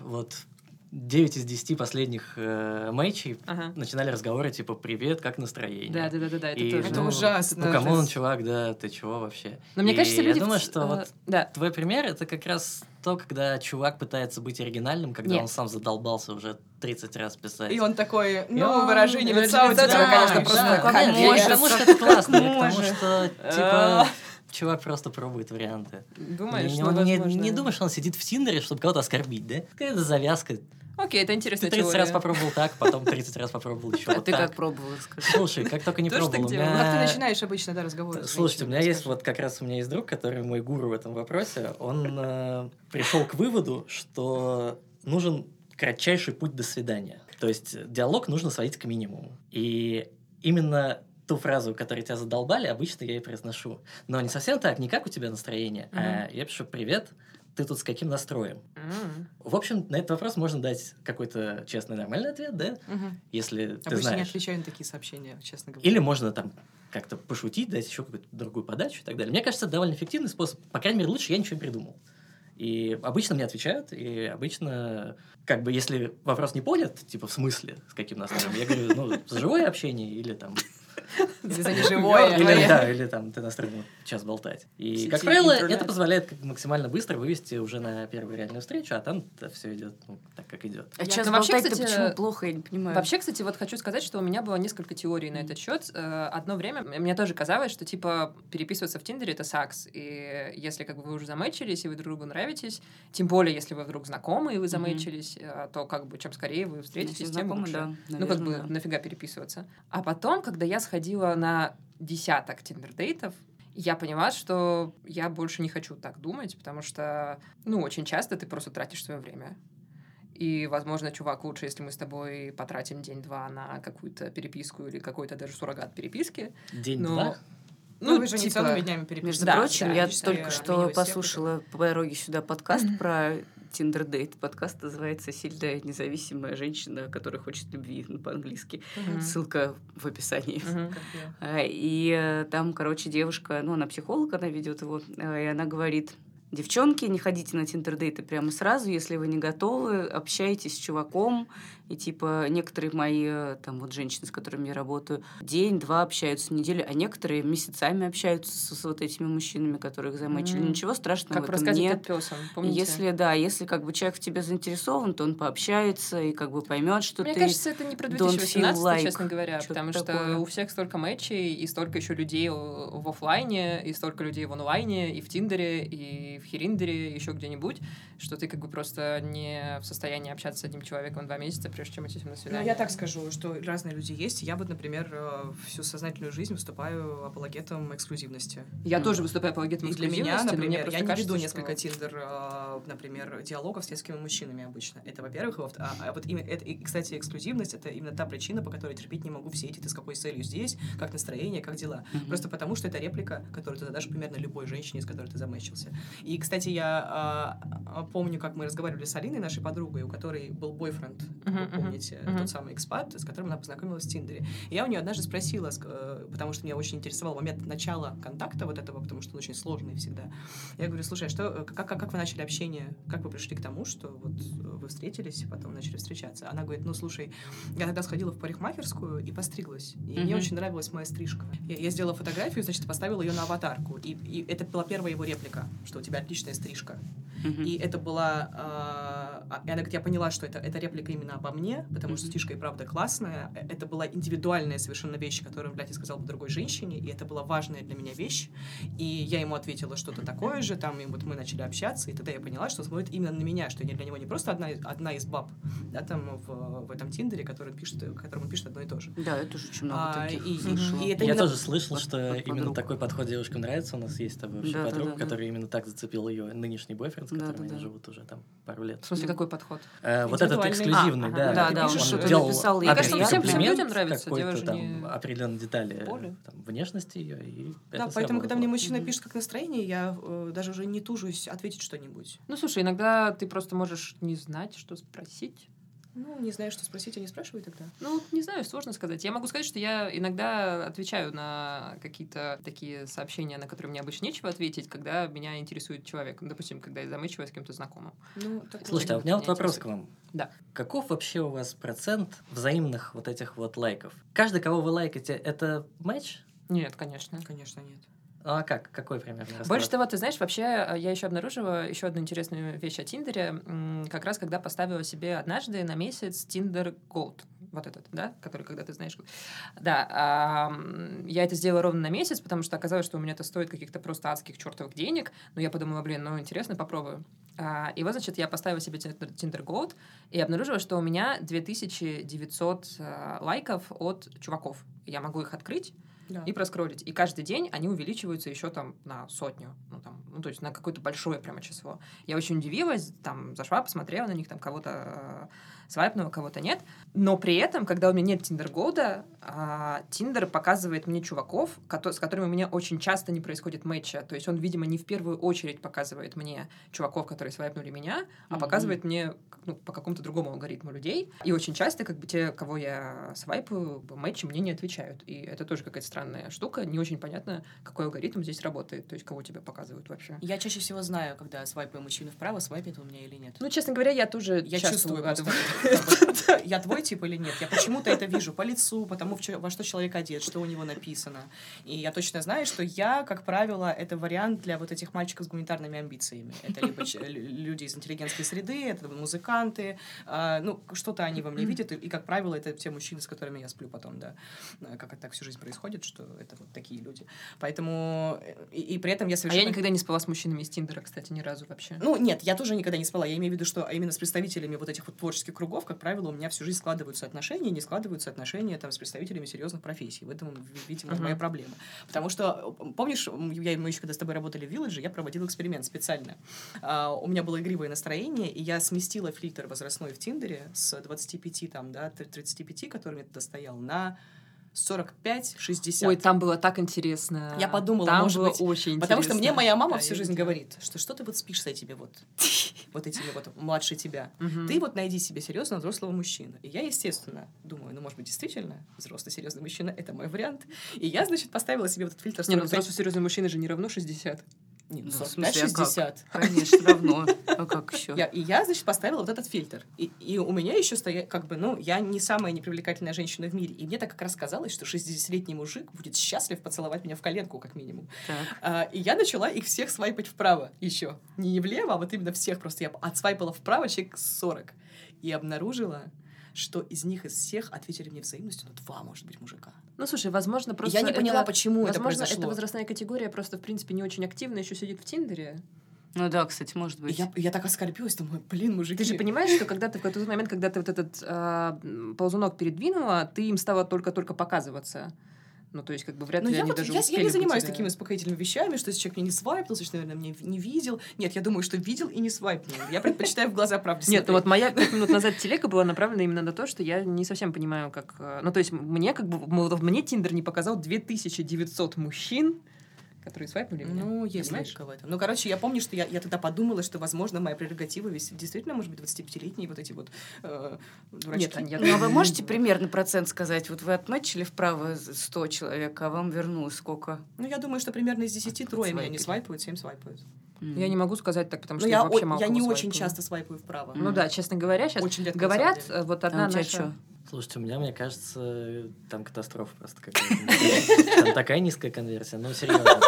9 из 10 последних мэйчей начинали разговоры «Привет, как настроение?» Да. Это ужасно. Камон, чувак, да, ты чего вообще? Но мне кажется, люди... Я думаю, что твой пример — это как раз то, когда чувак пытается быть оригинальным, когда он сам задолбался уже 30 раз писать. И он такой, выражение лица у тебя, конечно, просто... Потому что это классно, потому что, чувак просто пробует варианты. Думаешь, не думаешь, что он сидит в Тиндере, чтобы кого-то оскорбить, да? Какая-то завязка. Окей, это интересная теория. Ты 30 раз попробовал так, потом 30 раз попробовал еще вот так. А ты как пробовал, скажи? Слушай, как только не пробовал. Как ты начинаешь обычно, разговоры? Слушайте, у меня есть у меня есть друг, который мой гуру в этом вопросе. Он пришел к выводу, что нужен кратчайший путь до свидания. То есть диалог нужно сводить к минимуму. И именно ту фразу, которую тебя задолбали, обычно я и произношу. Но не совсем так, не как у тебя настроение, а я пишу «Привет, ты тут с каким настроем?» В общем, на этот вопрос можно дать какой-то честный, нормальный ответ, да? Если ты обычно знаешь. Не отвечаю на такие сообщения, честно говоря. Или можно там как-то пошутить, дать еще какую-то другую подачу и так далее. Мне кажется, это довольно эффективный способ. По крайней мере, лучше я ничего не придумал. И обычно мне отвечают, и обычно, если вопрос не понят, в смысле, с каким настроем, я говорю, за живое общение или там... За неживое. Или там ты настроен час болтать. И, как правило, это позволяет максимально быстро вывести уже на первую реальную встречу, а там все идет так, как идет. А час болтать-то почему плохо, я не понимаю. Вообще, кстати, хочу сказать, что у меня было несколько теорий на этот счет. Одно время мне тоже казалось, что, переписываться в Тиндере — это сакс. И если, вы уже замэчились, и вы друг другу нравитесь, тем более, если вы вдруг знакомы, и вы замэчились, то, чем скорее вы встретитесь, тем лучше. Нафига переписываться. А потом, когда я сходила на десяток тиндер-дейтов, я поняла, что я больше не хочу так думать, потому что, очень часто ты просто тратишь свое время. И, возможно, чувак, лучше, если мы с тобой потратим день-два на какую-то переписку или какой-то даже суррогат переписки. День-два? Вы же не целыми днями переписываетесь. Между прочим, я только что послушала по дороге сюда подкаст про Tinder-дейт. Подкаст называется «Сильная независимая женщина, которая хочет любви», по-английски. Ссылка в описании. И там, короче, девушка, она психолог, она ведет его, и она говорит: девчонки, не ходите на тиндер-дейты прямо сразу, если вы не готовы, общайтесь с чуваком. И некоторые мои женщины, с которыми я работаю, день-два общаются, неделю, а некоторые месяцами общаются с вот этими мужчинами, которые их замечили. Ничего страшного в этом нет. Если человек в тебе заинтересован, то он пообщается и поймет, что Мне ты кажется, это не про 2018, честно говоря, потому что у всех столько матчей, и столько еще людей в офлайне, и столько людей в онлайне, и в Тиндере, и в Хериндере, еще где-нибудь, что ты просто не в состоянии общаться с одним человеком 2 месяца, прежде чем идти с ним на свидание. Я так скажу, что разные люди есть. Я например, всю сознательную жизнь выступаю апологетом эксклюзивности. Я тоже выступаю апологетом эксклюзивности. И для меня, например, я не веду несколько например, диалогов с несколькими мужчинами обычно. Это, во-первых. И, кстати, эксклюзивность — это именно та причина, по которой терпеть не могу все эти: ты с какой целью здесь, как настроение, как дела. Просто потому, что это реплика, которую ты задашь примерно любой женщине, с которой ты замэчился. И, кстати, я помню, как мы разговаривали с Алиной, нашей подругой, у которой был бойфренд, помните, тот самый экспат, с которым она познакомилась в Тиндере. И я у нее однажды спросила, потому что меня очень интересовал момент начала контакта вот этого, потому что он очень сложный всегда. Я говорю: слушай, как вы начали общение? Как вы пришли к тому, что вот вы встретились и потом начали встречаться? Она говорит: слушай, я тогда сходила в парикмахерскую и постриглась. И мне очень нравилась моя стрижка. Я сделала фотографию, значит, поставила ее на аватарку. И это была первая его реплика, что у тебя отличная стрижка. И это была... И она говорит: я поняла, что это реплика именно обо мне, потому что стрижка и правда классная. Это была индивидуальная совершенно вещь, которую, блядь, я сказала бы другой женщине, и это была важная для меня вещь. И я ему ответила что-то такое же, и вот мы начали общаться, и тогда я поняла, что он смотрит именно на меня, что я для него не просто одна из баб, в этом Тиндере, которому он пишет одно и то же. Да, я тоже очень много таких слышала. Я тоже слышал, что именно такой подход девушкам нравится. У нас есть вообще подруга, которая именно так зацепил ее нынешний бойфренд, с которым они живут уже пару лет. В смысле, какой подход? Вот этот эксклюзивный, да. Да, он что-то написал. Мне кажется, всем людям нравится. Какой-то определенные детали внешности ее. Да, поэтому, когда мне мужчина пишет как настроение, я даже уже не тужусь ответить что-нибудь. Слушай, иногда ты просто можешь не знать, что спросить. Не знаю, что спросить, а не спрашивай тогда. Не знаю, сложно сказать. Я могу сказать, что я иногда отвечаю на какие-то такие сообщения, на которые мне обычно нечего ответить, когда меня интересует человек. Допустим, когда я замычиваюсь с кем-то знакомым. Слушайте, у меня вопрос к вам. Да. Каков вообще у вас процент взаимных вот этих вот лайков? Каждый, кого вы лайкаете, это матч? Нет, конечно. Конечно, нет. А как? Какой примерно расклад? Больше того, ты знаешь, вообще я еще обнаружила еще одну интересную вещь о Тиндере, как раз когда поставила себе однажды на месяц Tinder Gold. Вот этот, да, который, когда ты знаешь... Да, я это сделала ровно на месяц, потому что оказалось, что у меня это стоит каких-то просто адских чертовых денег, но я подумала: интересно, попробую. И вот, значит, я поставила себе Tinder Gold и обнаружила, что у меня 2900 лайков от чуваков. Я могу их открыть, да, и проскроллить. И каждый день они увеличиваются еще на 100. То есть на какое-то большое прямо число. Я очень удивилась, зашла, посмотрела на них, кого-то свайпнула, кого-то нет. Но при этом, когда у меня нет Tinder Gold, Tinder показывает мне чуваков, с которыми у меня очень часто не происходит мэтча. То есть он, видимо, не в первую очередь показывает мне чуваков, которые свайпнули меня, а показывает мне по какому-то другому алгоритму людей. И очень часто те, кого я свайпаю, мэтчи мне не отвечают. И это тоже какая-то странная штука. Не очень понятно, какой алгоритм здесь работает. То есть кого тебе показывают вообще. Я чаще всего знаю, когда свайпаю мужчину вправо, свайпит он меня или нет. Честно говоря, я тоже чувствую. Я твой тип или нет? Я почему-то это вижу по лицу, потому во что человек одет, что у него написано. И я точно знаю, что я, как правило, это вариант для вот этих мальчиков с гуманитарными амбициями. Это либо люди из интеллигентской среды, это музыканты, что-то они во мне видят, и, как правило, это те мужчины, с которыми я сплю потом, да. Как это так всю жизнь происходит, что это вот такие люди. Поэтому... И при этом я совершенно... А я никогда не спала с мужчинами из Тиндера, кстати, ни разу вообще. Нет, я тоже никогда не спала. Я имею в виду, что именно с представителями вот этих вот творческих кругов, как правило, у меня всю жизнь складываются отношения, не складываются отношения с представителями серьезных профессий. В этом, видимо, моя проблема. Потому что, помнишь, мы еще когда с тобой работали в Village, я проводила эксперимент специально. У меня было игривое настроение, и я сместила фильтр возрастной в Тиндере с 25, 35, который мне тогда стоял, на 45-60. Ой, там было так интересно. Я подумала, там может было быть, очень интересно. потому что мне моя мама всю жизнь говорит, что ты вот спишь с этими вот этими вот младше тебя. Ты вот найди себе серьезного взрослого мужчину. И я, естественно, думаю, ну, может быть, действительно, взрослый серьезный мужчина — это мой вариант. И я, значит, поставила себе вот этот фильтр 45. Не, ну взрослый серьезный мужчина же не равно 60. Не, ну, Ну, в смысле, 45-60. Конечно, равно. А как еще? Я, значит, поставила вот этот фильтр. И у меня еще стоит, как бы, ну, я не самая непривлекательная женщина в мире. И мне так как раз казалось, что 60-летний мужик будет счастлив поцеловать меня в коленку, как минимум. И я начала их всех свайпать вправо еще. Не влево, а вот именно всех. Просто я отсвайпала вправо человек 40. И обнаружила, что из них, из всех ответили мне взаимностью, ну, 2, может быть, мужика. Ну, слушай, возможно, просто... Я не поняла, почему это возможно, произошло. эта возрастная категория просто, в принципе, не очень активно еще сидит в Тиндере. Ну да, кстати, может быть. Я так оскорбилась, думаю, блин, мужики. Ты же понимаешь, что когда ты в тот момент, когда ты вот этот ползунок передвинула, ты им стала только-только показываться. Ну, то есть, как бы, вряд ли они даже успели я не занимаюсь тебя... такими успокоительными вещами, что если человек меня не свайпнул, значит, наверное, меня не видел. Нет, я думаю, что видел и не свайпнул. Я предпочитаю в глаза правде смотреть. Нет, ну вот моя 5 минут назад телега была направлена именно на то, что я не совсем понимаю, как... Ну, то есть, мне как бы... Мне Тиндер не показал 2900 мужчин, которые свайпнули меня. Ну, есть логика в этом. Ну, короче, я помню, что я тогда подумала, что, возможно, моя прерогатива действительно, может быть, 25-летние вот эти вот дурачки. Нет, ну, а вы можете примерно процент сказать? Вот вы отматчили вправо 100 человек, а вам вернулось сколько? Ну, я думаю, что примерно из 10 трое меня не свайпают, 7 свайпают. Я не могу сказать так, потому что я вообще мало я не кого очень свайпаю. часто свайпаю вправо. Ну да, честно говоря, сейчас Очень редко, говорят, на самом деле. вот одна у тебя наша... чё? Слушайте, у меня, мне кажется, там катастрофа просто какая-то. Там такая низкая конверсия, ну, серьезно.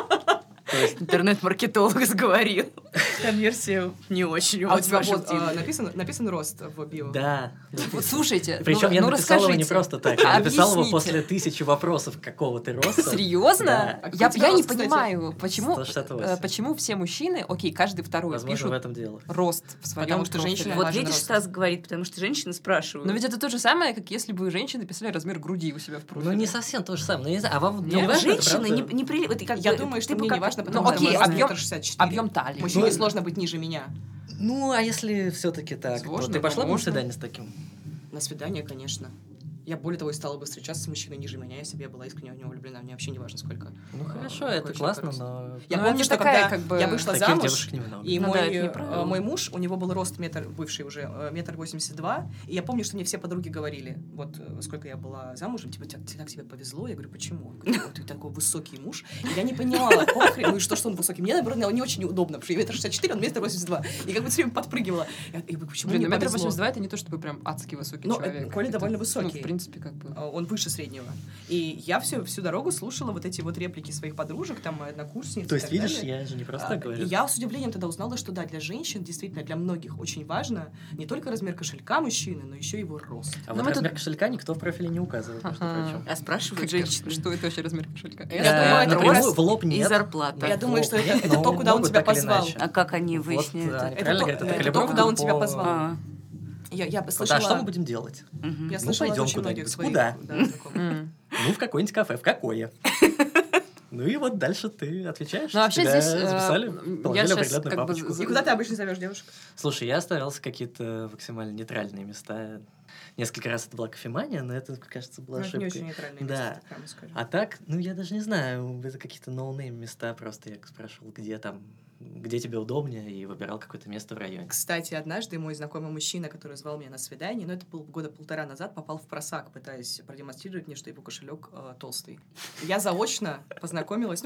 Интернет-маркетолог сговорил. Конверсия не очень. А у тебя вот написан рост в био? Да. Вот слушайте, Причем я написал его не расскажите. просто так, я написал его Объясните. после 1000 вопросов какого-то роста. Серьезно? Да. Я А не кстати, понимаю, почему 168. почему все мужчины, окей, каждый второй Возможно, в пишут этом дело. рост в своем Потому что профиле. женщина- Вот важен видишь, рост. Стас говорит, потому что женщины спрашивают. Но ведь это то же самое, как если бы женщины писали размер груди у себя в профиле. Ну, не совсем то же самое. Ну, я не знаю, а вам Нет, не важно, это женщины правда? не при... вот как Я бы, думаю, что ты бы мне как- не важно, ну, потому что окей, мой рост объем- 1,64. Объем талии. Мужчине Ну, сложно быть ниже меня. Ну, а если все-таки так? Сложно, то ты пошла бы на можно. свидание с таким? На свидание, конечно. Я, более того, и стала бы встречаться с мужчиной ниже меня, если бы я была искренне в него влюблена. Мне вообще не важно, сколько. Ну, хорошо, какой это человек классно, рост. но... Я Ну, помню, это что такая, когда как бы, я вышла Таких замуж, девушек немного. и Ну да, это не мой, правило. мой муж, у него был рост бывший уже, 1,82 м, и я помню, что мне все подруги говорили, вот сколько я была замужем, типа, так тебе повезло, я говорю, почему? Он говорит, ты такой высокий муж, и я не понимала, похрен, ну и что он высокий, мне, наоборот, не очень удобно, потому что я 1,64 м, он 1,82 м, и как бы все время подпрыгивала, и почему Блин, мне ну, повезло? 1,82 м это не то, чтобы прям адски высокий Ну, человек. Коля Это, довольно Ну, высокий. в принципе, как бы... Он выше среднего. И я всю дорогу слушала вот эти вот реплики своих подружек, там, однокурсниц. То и есть, так видишь, далее. я же не просто И так говорю. я с удивлением тогда узнала, что да, для женщин, действительно, для многих очень важно не только размер кошелька мужчины, но еще его рост. А Ну, вот мы размер кошелька никто в профиле не указывает, между Ага. прочим. А спрашивают Как женщины. Что это вообще размер кошелька? Я думаю, это напрямую рост в лоб И нет. зарплата. Я в думаю, лоб что это нет, то, но куда он могут тебя так или позвал. иначе. А как они Вот, выяснили да, это? они Это правильно то- говорят, это это то, калибровка куда он тебя по- позвал. А, Я Вот, слышала... а что мы будем делать? мгм. Я Ну, слышала от пойдем очень многих куда-нибудь. своих... Куда? да, знакомых. Ну, в какое-нибудь кафе. В какое? Ну и вот дальше ты отвечаешь. Ну, вообще Тебя здесь, записали, я положили щас определенную как бы папочку. И куда ты обычно зовешь девушек? Слушай, я старался какие-то максимально нейтральные места. Несколько раз это была кофемания, но это, кажется, была Ну, это не ошибкой. очень нейтральные Да. места, прямо скажем. А так, ну, я даже не знаю, это какие-то ноунейм места, просто я спрашивал, где тебе удобнее, и выбирал какое-то место в районе. Кстати, однажды мой знакомый мужчина, который звал меня на свидание, но это было года 1,5 назад, попал в просак, пытаясь продемонстрировать мне, что его кошелек толстый. Я заочно познакомилась,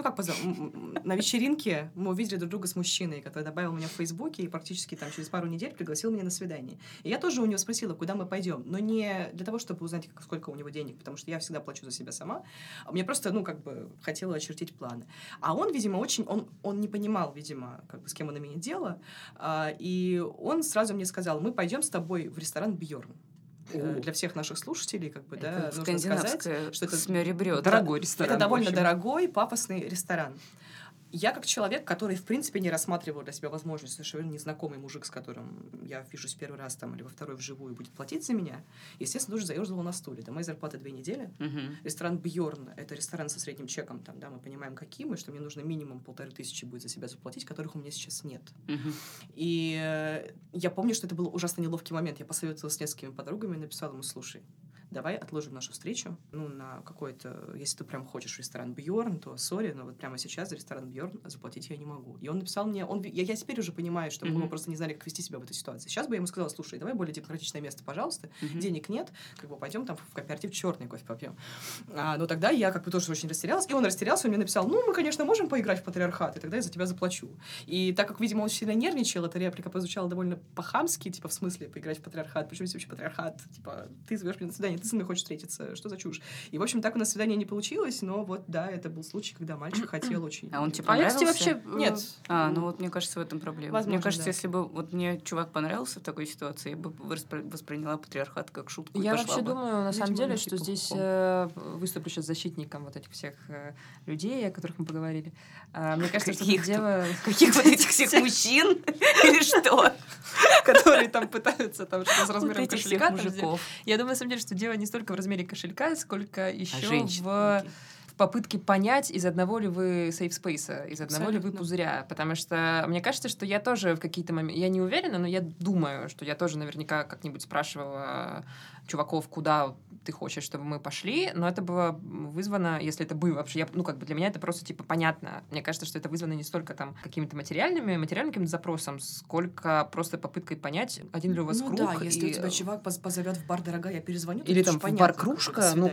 на вечеринке мы увидели друг друга с мужчиной, который добавил меня в Фейсбуке и практически там через пару недель пригласил меня на свидание. И я тоже у него спросила, куда мы пойдем, но не для того, чтобы узнать, сколько у него денег, потому что я всегда плачу за себя сама. Мне просто, хотела очертить планы. А он, видимо, он не понимал, видимо, с кем он имеет дело, и он сразу мне сказал, мы пойдем с тобой в ресторан Бьорн. Для всех наших слушателей, Это нужно сказать, скандинавское что это смёребрёд. Дорогой ресторан. это довольно в общем. дорогой, пафосный ресторан. Я как человек, который, в принципе, не рассматривал для себя возможность, совершенно незнакомый мужик, с которым я вижусь первый раз там или во второй вживую, будет платить за меня, естественно, тоже заёрзала на стуле. До моей зарплаты 2 недели. Мгм. Ресторан Бьорн — это ресторан со средним чеком, там, да, мы понимаем, каким, и что мне нужно минимум 1500 будет за себя заплатить, которых у меня сейчас нет. Мгм. И я помню, что это был ужасно неловкий момент. Я посоветовалась с несколькими подругами и написала ему, слушай, давай отложим нашу встречу, на какой-то, если ты прям хочешь в ресторан Бьорн, то сори, но вот прямо сейчас за ресторан Бьорн заплатить я не могу. И он написал мне, я теперь уже понимаю, что мы просто не знали, как вести себя в этой ситуации. Сейчас бы я ему сказала, слушай, давай более демократичное место, пожалуйста, денег нет, пойдем там в кооператив черный кофе попьем. Но тогда я тоже очень растерялась, и он растерялся, он мне написал, мы, конечно, можем поиграть в патриархат, и тогда я за тебя заплачу. И так как, видимо, он очень сильно нервничал, эта реплика прозвучала довольно по-хамски, в смысле поиграть в патриархат, почему здесь вообще патриархат, ты зовешь меня на свидание, ты со мной хочешь встретиться, что за чушь? И, в общем, так у нас свидание не получилось, но это был случай, когда мальчик хотел очень... А он тебе понравился? вообще... Нет. Мне кажется, в этом проблема. Возможно, мне кажется, если бы мне чувак понравился в такой ситуации, я бы восприняла патриархат как шутку. Я вообще думаю, на самом деле, что здесь выступлю сейчас защитником вот этих всех людей, о которых мы поговорили. Мне кажется, что это дело... Каких вот этих всех мужчин? Или что? Которые там пытаются что-то с размером кошелька. Мужиков. Я думаю, на самом деле, что дело не столько в размере кошелька, сколько еще в попытке понять, из одного ли вы сейф-спейса, из одного ли вы пузыря. Потому что мне кажется, что я тоже в какие-то моменты... Я не уверена, но я думаю, что я тоже наверняка как-нибудь спрашивала чуваков, куда ты хочешь, чтобы мы пошли, но это было вызвано, если это было вообще, для меня это просто, понятно. Мне кажется, что это вызвано не столько там какими-то материальным каким-то запросом, сколько просто попыткой понять, один ли у вас круг. Да, если у тебя чувак позовет в бар, дорогая, я перезвоню, или там в бар кружка, я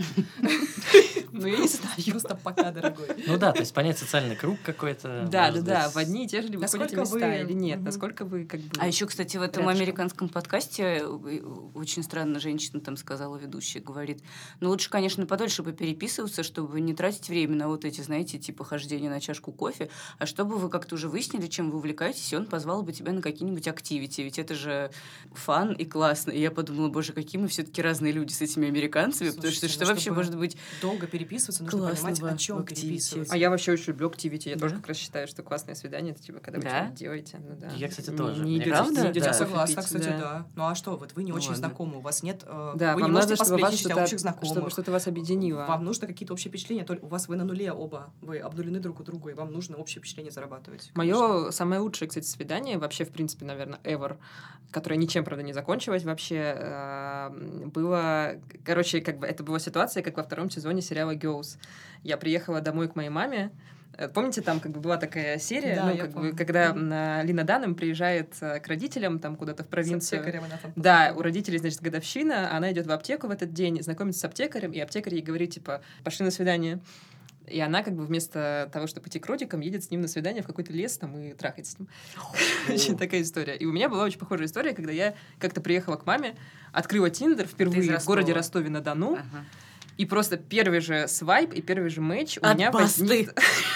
не знаю. Просто пока, дорогой. То есть понять социальный круг какой-то. Да, в одни и те же ли вы ходите места или нет, насколько вы А еще, кстати, в этом американском подкасте очень странно женщина там сказала, ведущая, говорит, лучше, конечно, подольше бы переписываться, чтобы не тратить время на вот эти, знаете, хождения на чашку кофе, а чтобы вы как-то уже выяснили, чем вы увлекаетесь, и он позвал бы тебя на какие-нибудь активити, ведь это же фан и классно. И я подумала, боже, какие мы все-таки разные люди с этими американцами, потому что вообще может быть долго переписываться, нужно понимать, о чем переписываться. А я вообще очень люблю активити. Я тоже как раз считаю, что классное свидание, это когда вы что-то делаете. Я, кстати, тоже. Не идете согласна, кстати, да. Ну а что, вы не очень знакомы, у вас нет... Да, вам надо, чтобы чтобы что-то вас объединило. Вам нужно какие-то общие впечатления. У вас вы на нуле оба, вы обнулены друг у друга, и вам нужно общее впечатление зарабатывать. Мое самое лучшее, кстати, свидание, вообще, в принципе, наверное, ever, которое ничем, правда, не закончилось вообще, было... Короче, это была ситуация, как во 2 сезоне сериала «Girls». Я приехала домой к моей маме. Помните, там была такая серия, когда Лина Данем приезжает к родителям там куда-то в провинцию. С аптекарем она там. Да, у родителей, значит, годовщина, она идет в аптеку в этот день, знакомится с аптекарем, и аптекарь ей говорит, пошли на свидание. И она вместо того, чтобы идти к родикам, едет с ним на свидание в какой-то лес там и трахается с ним. Очень такая история. И у меня была очень похожая история, когда я как-то приехала к маме, открыла Тиндер впервые в городе Ростове-на-Дону, и просто первый же свайп и первый же матч у меня возник...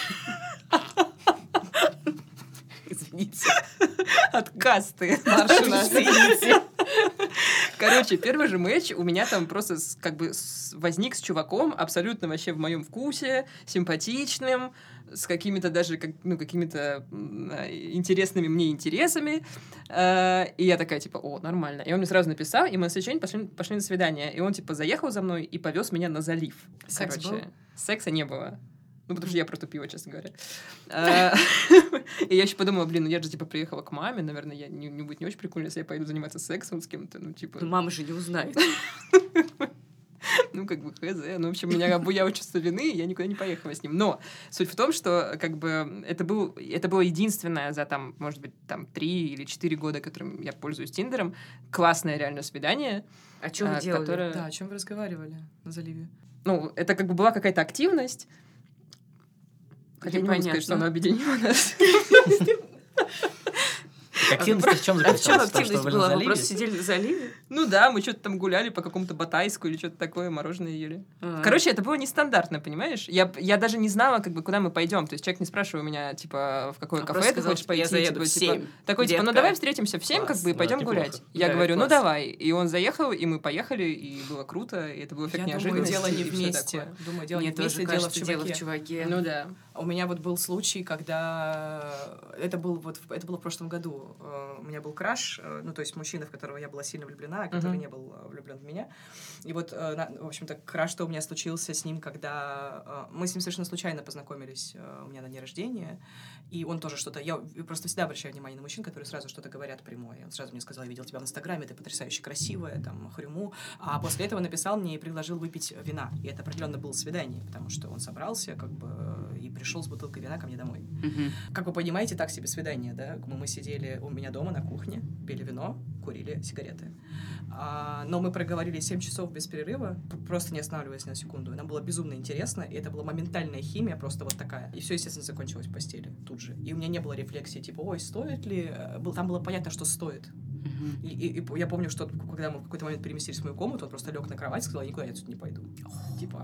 Извините. От касты. Извините. Короче, первый же матч у меня там просто возник с чуваком абсолютно вообще в моем вкусе, симпатичным, с какими-то даже какими-то интересными мне интересами. И я такая, нормально. И он мне сразу написал, и мы на следующий день пошли на свидание. И он, заехал за мной и повез меня на залив. Секс был? Секса не было. Потому что я протупила, честно говоря. И я еще подумала, я же, приехала к маме, наверное, не будет не очень прикольно, если я пойду заниматься сексом с кем-то, Мама же не узнает. хз. В общем, у меня обуяло чувство вины, и я никуда не поехала с ним. Но суть в том, что, это было единственное за, может быть, 3 или 4 года, которым я пользуюсь Тиндером, классное реально свидание. А что вы делали? Да, о чем вы разговаривали на заливе? Это была какая-то активность. Хотя не могу сказать, что она объединила нас. Активность в чем заключалась? А в чем активность была? Вы просто сидели в заливе? Ну да, мы что-то там гуляли по какому-то Батайску или что-то такое, мороженое ели. Короче, это было нестандартно, понимаешь? Я даже не знала, куда мы пойдем. То есть человек не спрашивал меня, в какое кафе ты хочешь пойти. Я заеду в 7. Такой, давай встретимся в 7, и пойдем гулять. Я говорю, давай. И он заехал, и мы поехали, и было круто, и это был эффект неожиданности. Думаю, дело не вместе. Думаю, дело не вместе, дело в чуваке. Ну да. У меня был случай, когда... Это было в прошлом году. У меня был краш, то есть мужчина, в которого я была сильно влюблена, пацана, который не был влюблен в меня. И вот, в общем-то, краш, что у меня случился с ним, когда мы с ним совершенно случайно познакомились у меня на дне рождения, и он тоже что-то... Я просто всегда обращаю внимание на мужчин, которые сразу что-то говорят прямое. Он сразу мне сказал: я видел тебя в Инстаграме, ты потрясающе красивая, там, хрюму. А после этого написал мне и предложил выпить вина. И это определенно было свидание, потому что он собрался, как бы, и пришел с бутылкой вина ко мне домой. Как вы понимаете, так себе свидание, да? Мы сидели у меня дома на кухне, пили вино, курили сигареты. Но мы проговорили 7 часов без перерыва, просто не останавливаясь на секунду. И нам было безумно интересно, и это была моментальная химия, просто вот такая. И все, естественно, закончилось в постели тут же. И у меня не было рефлексии, типа, ой, стоит ли? Там было понятно, что стоит. И я помню, что когда мы в какой-то момент переместились в мою комнату, он просто лег на кровать и сказал: я никуда отсюда не пойду. Типа.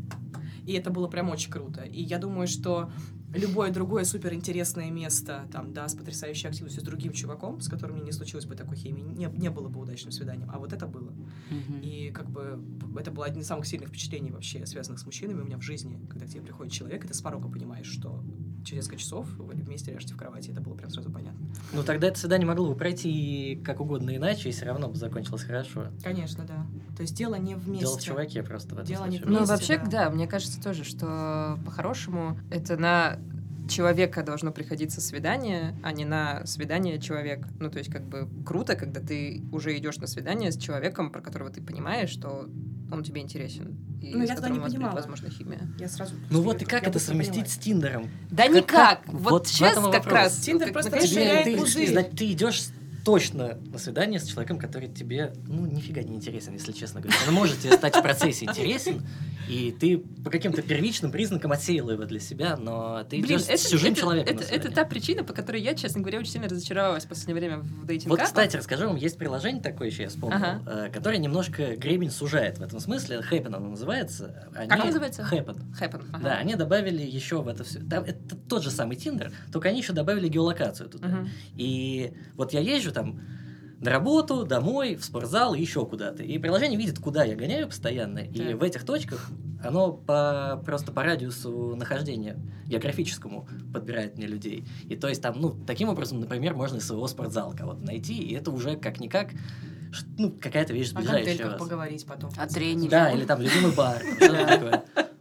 И это было прям очень круто. И я думаю, что любое другое суперинтересное место, там, да, с потрясающей активностью, с другим чуваком, с которым не случилось бы такой химии, не было бы удачным свиданием. А вот это было. И как бы это было одно из самых сильных впечатлений вообще, связанных с мужчинами у меня в жизни, когда к тебе приходит человек, и ты с порога понимаешь, что через несколько часов вы вместе ляжете в кровати. Это было прям сразу понятно. Ну, тогда это свидание могло бы пройти как угодно иначе, и все равно бы закончилось хорошо. Конечно, да. То есть дело не вместе. Дело в чуваке просто в этом дело случае. Не вместе, ну, вообще, да, мне кажется тоже, что по-хорошему это на человека должно приходиться свидание, а не на свидание человека. Ну, то есть, как бы круто, когда ты уже идешь на свидание с человеком, про которого ты понимаешь, что он тебе интересен. И ну, с я которым не у вас будет, понимала. возможно, химия. Я сразу... Ну вот и как это совместить с Тиндером? Да никак! Вот сейчас как вопрос. раз... Тиндер просто расширяет пузырь. Ты идешь точно на свидание с человеком, который тебе, нифига не интересен, если честно говоря. Он может тебе стать в процессе интересен, и ты по каким-то первичным признакам отсеял его для себя, но ты идешь с чужим человеком на свидание. Это та причина, по которой я, честно говоря, очень сильно разочаровалась в последнее время в дейтинг-аппах. Вот, кстати, расскажу вам, есть приложение такое еще, я вспомнил, которое немножко гребень сужает в этом смысле. Happn оно называется. Как называется? Happn. Ага. Да, они добавили еще в это все. Там это тот же самый Tinder, только они еще добавили геолокацию туда. И вот я езжу там на работу, домой, в спортзал и еще куда-то. И приложение видит, куда я гоняю постоянно. И в этих точках оно просто по радиусу нахождения географическому подбирает мне людей. И то есть там, таким образом, например, можно из своего спортзала кого-то найти, и это уже как-никак какая-то вещь сближающая вас. Поговорить потом. О тренинге. Да, или там любимый бар. Что-то такое.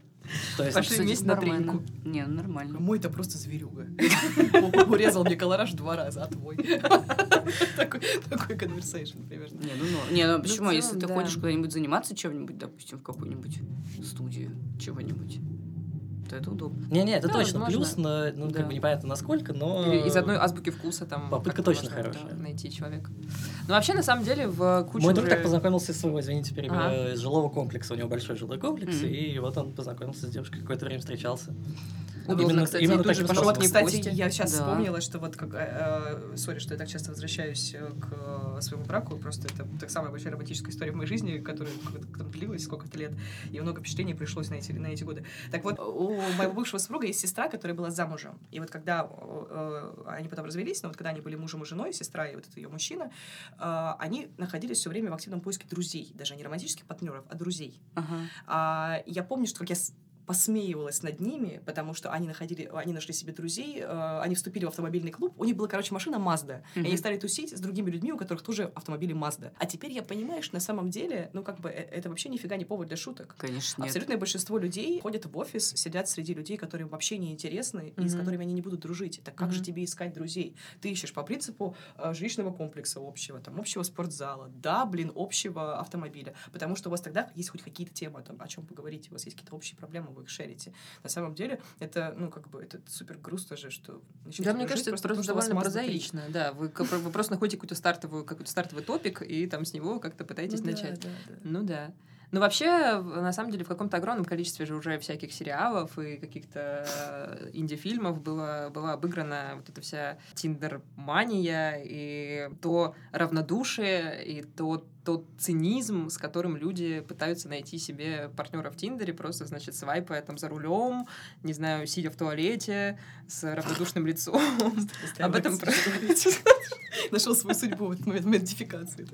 Пошли вместе на тренинг. Не, нормально. Мой-то просто зверюга. Урезал мне колораж 2 раза, а твой? Такой конверсейшн примерно. Не, почему? Если ты ходишь куда-нибудь заниматься чем-нибудь, допустим, в какую-нибудь студию чего-нибудь, то это удобно. Не, это точно плюс, но как бы непонятно насколько, но... Из одной азбуки вкуса там... Попытка точно хорошая. Найти человека. Ну, вообще, на самом деле, в куче... Мой друг так познакомился с своего, извините, перебиваю, из жилого комплекса. У него большой жилой комплекс, и вот он познакомился с девушкой, какое-то время встречался. Удобно, кстати, именно тут же пошел к ней в гости. Кстати, я сейчас вспомнила, что вот сори, что я так часто возвращаюсь к своему браку, просто это так самая большая романтическая история в моей жизни, которая там длилась сколько-то лет, и много впечатлений пришлось на эти годы. Так вот, у моего бывшего супруга есть сестра, которая была замужем, и вот когда они потом развелись, но вот когда они были мужем и женой, сестра и вот этот ее мужчина, они находились все время в активном поиске друзей, даже не романтических партнеров, а друзей. Я помню, что как я посмеивалась над ними, потому что они нашли себе друзей, они вступили в автомобильный клуб, у них была, машина Mazda, и они стали тусить с другими людьми, у которых тоже автомобили Mazda. А теперь я понимаю, что на самом деле, это вообще нифига не повод для шуток. Конечно, нет. Абсолютное большинство людей ходят в офис, сидят среди людей, которые вообще не интересны, и с которыми они не будут дружить. Так как же тебе искать друзей? Ты ищешь по принципу жилищного комплекса общего, общего спортзала, общего автомобиля, потому что у вас тогда есть хоть какие-то темы, о чем поговорить, у вас есть какие-то общие проблемы, вы их шерите. На самом деле, это, это супер грустно же, что... Да, мне кажется, это просто довольно прозаично. Да, вы просто находите какой-то стартовый топик, и там с него как-то пытаетесь начать. Да. Ну, вообще, на самом деле, в каком-то огромном количестве же уже всяких сериалов и каких-то инди-фильмов была обыграна вот эта вся тиндер-мания и то равнодушие, и тот цинизм, с которым люди пытаются найти себе партнера в Тиндере, просто, свайпая там за рулем, не знаю, сидя в туалете, с равнодушным лицом. Об этом нашел свою судьбу в этот момент модификации.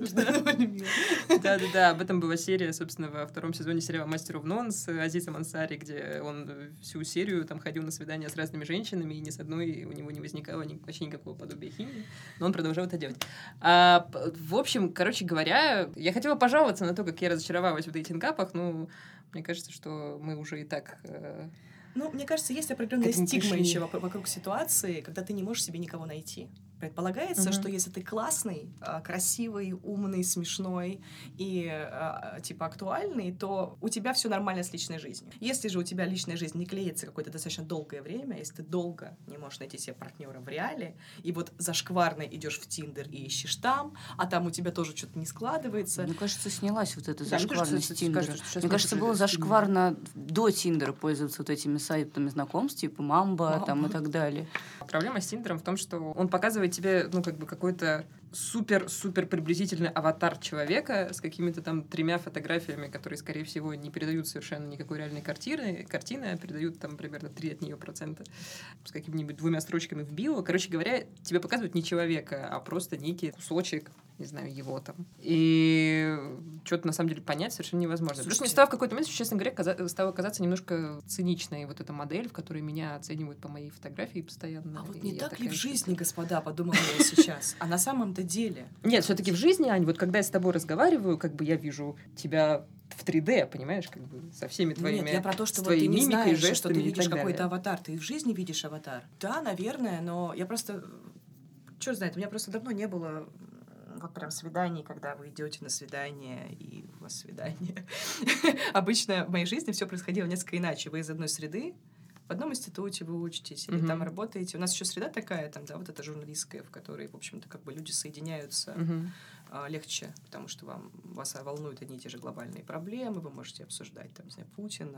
Да-да-да, об этом была серия, собственно, во втором сезоне сериала «Мастер of None» с Азизом Ансари, где он всю серию там ходил на свидания с разными женщинами, и ни с одной у него не возникало вообще никакого подобия химии, но он продолжал это делать. В общем, короче говоря, я хотела пожаловаться на то, как я разочаровалась в дейтинг-апах, но мне кажется, что мы уже и так... Ну, мне кажется, есть определенная стигма еще вокруг ситуации, когда ты не можешь себе никого найти. Предполагается, что если ты классный, красивый, умный, смешной и типа актуальный, то у тебя все нормально с личной жизнью. Если же у тебя личная жизнь не клеится какое-то достаточно долгое время, если ты долго не можешь найти себе партнера в реале, и вот зашкварно идешь в Тиндер и ищешь там, а там у тебя тоже что-то не складывается. Мне кажется, снялась вот эта зашкварность Тиндера. Мне кажется, было зашкварно до Тиндера пользоваться вот этими сайтами знакомств, типа Мамба там и так далее. Проблема с Тиндером в том, что он показывает тебе, ну, как бы какой-то супер-супер приблизительный аватар человека с какими-то там 3 фотографиями, которые, скорее всего, не передают совершенно никакой реальной картины, а передают там примерно 3 от нее процента с какими-нибудь 2 строчками в био. Короче говоря, тебе показывают не человека, а просто некий кусочек, не знаю, его там. И что-то, на самом деле, понять совершенно невозможно. Плюс мне стало в какой-то момент, честно говоря, стало казаться немножко циничной вот эта модель, в которой меня оценивают по моей фотографии постоянно. А вот не так ли в жизни, господа, подумала я сейчас, а на самом-то деле? Нет, все-таки в жизни, Ань, вот когда я с тобой разговариваю, как бы я вижу тебя в 3D, понимаешь, как бы со всеми твоими... Нет, я про то, что вот ты не знаешь, что ты видишь какой-то аватар. Ты и в жизни видишь аватар. Да, наверное, но я просто... Черт знает, у меня просто давно не было вот прям свиданий, когда вы идете на свидание, и у вас свидание. Обычно в моей жизни все происходило несколько иначе. Вы из одной среды, в одном институте вы учитесь, или там работаете. У нас еще среда такая, там, да, вот эта журналистская, в которой, в общем-то, как бы люди соединяются легче, потому что вас волнуют одни и те же глобальные проблемы, вы можете обсуждать, там, не знаю, Путина,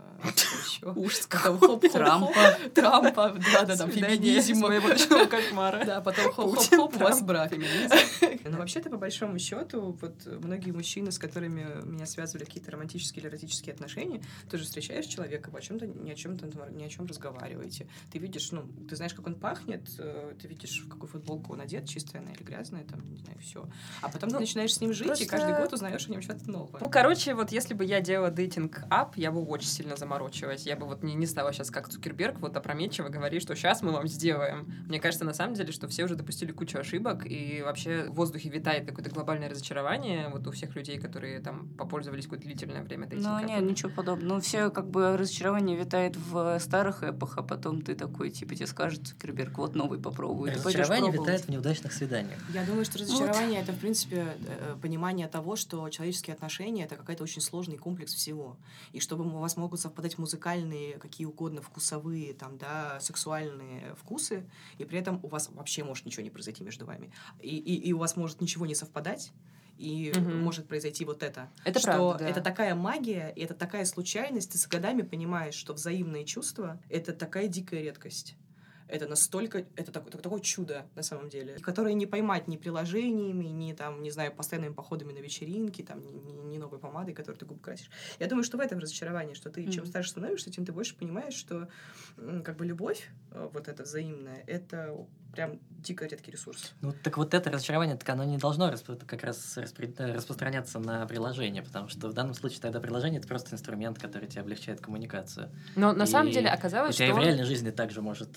что еще. Трампа, да-да-да, феминизм. Моего ночного кошмара. Да, потом хоп-хоп, у вас брак. Но вообще-то, по большому счету, вот многие мужчины, с которыми меня связывали какие-то романтические или эротические отношения, ты же встречаешь человека, вы ни о чем разговариваете. Ты видишь, ну, ты знаешь, как он пахнет, ты видишь, в какую футболку он одет, чистая она или грязная, там, не знаю, все. А потом ты начинаешь с ним жить, просто... и каждый год узнаешь о нем что-то новое. Ну, короче, вот если бы я делала дейтинг-ап, я бы очень сильно заморочилась. Я бы вот не стала сейчас, как Цукерберг, вот опрометчиво говорить, что сейчас мы вам сделаем. Мне кажется, на самом деле, что все уже допустили кучу ошибок, и вообще в воздухе витает какое-то глобальное разочарование вот у всех людей, которые там попользовались какое-то длительное время дейтинг-апом. Ну, нет, ничего подобного. Ну, все как бы разочарование витает в старых эпохах, а потом ты такой, типа, тебе скажет Цукерберг, вот новый попробуй. Разочарование витает в неудачных свиданиях. Я думаю, что разочарование это, в принципе, понимание того, что человеческие отношения — это какой-то очень сложный комплекс всего. И чтобы у вас могут совпадать музыкальные, какие угодно вкусовые, там, да, сексуальные вкусы, и при этом у вас вообще может ничего не произойти между вами. И у вас может ничего не совпадать, и может произойти вот это. Это что правда, да. Это такая магия, и это такая случайность, ты с годами понимаешь, что взаимные чувства — это такая дикая редкость. Это настолько... Это такое чудо, на самом деле, которое не поймать ни приложениями, ни, там, не знаю, постоянными походами на вечеринки, там, ни новой помадой, которой ты губы красишь. Я думаю, что в этом разочарование, что ты чем старше становишься, тем ты больше понимаешь, что как бы любовь, вот эта взаимная, это прям дико редкий ресурс. Ну, так вот это разочарование, так оно не должно как раз распространяться на приложение, потому что в данном случае тогда приложение — это просто инструмент, который тебе облегчает коммуникацию. Но на самом деле оказалось, что... У тебя и в реальной жизни также может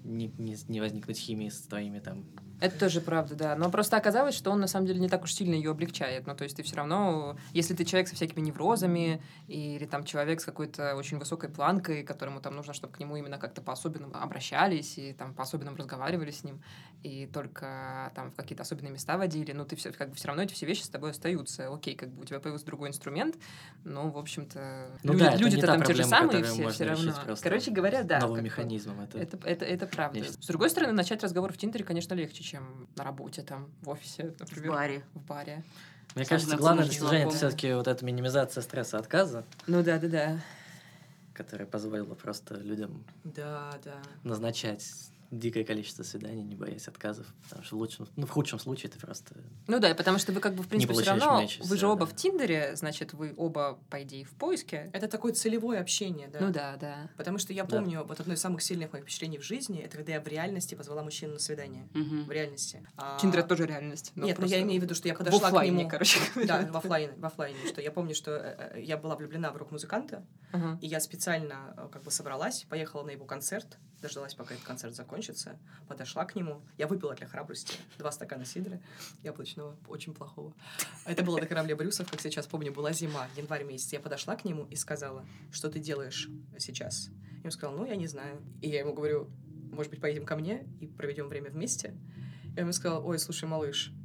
не возникнуть химии с твоими там... Это тоже правда, да. Но просто оказалось, что он на самом деле не так уж сильно ее облегчает. Ну, то есть ты все равно, если ты человек со всякими неврозами, или там человек с какой-то очень высокой планкой, которому там нужно, чтобы к нему именно как-то по-особенному обращались, и там по-особенному разговаривали с ним, и только там в какие-то особенные места водили, ну, ты все равно эти все вещи с тобой остаются. Окей, как бы у тебя появился другой инструмент, но, в общем-то, люди-то там те же самые все равно. Короче говоря, да. Новым механизмом. Это правда. С другой стороны, начать разговор в Тиндере, конечно, легче, чем на работе, там, в офисе, например. В баре. Мне кажется, главное достижение — это все-таки вот эта минимизация стресса отказа. Ну да. Которая позволила просто людям да. назначать дикое количество свиданий, не боясь отказов, потому что в худшем случае ты просто... Ну да, потому что вы как бы, в принципе, все равно, вы же оба в Тиндере, значит, вы оба, по идее, в поиске. Это такое целевое общение, да. Ну да. Потому что я помню, вот одно из самых сильных моих впечатлений в жизни, это когда я в реальности позвала мужчину на свидание. В реальности. Тиндер — это тоже реальность. Нет, но я имею в виду, что я подошла к нему... короче говоря. Да, в офлайне. Что я помню, что я была влюблена в рок-музыканта, и я специально как бы собралась, поехала на его концерт, дождалась, пока этот концерт закончится, подошла к нему. Я выпила для храбрости 2 стакана сидра яблочного, очень плохого. Это было на корабле Брюсов, как сейчас помню, была зима, январь месяц. Я подошла к нему и сказала: что ты делаешь сейчас? И он сказал: ну, я не знаю. И я ему говорю: может быть, поедем ко мне и проведем время вместе? И он мне сказал: ой, слушай, малыш,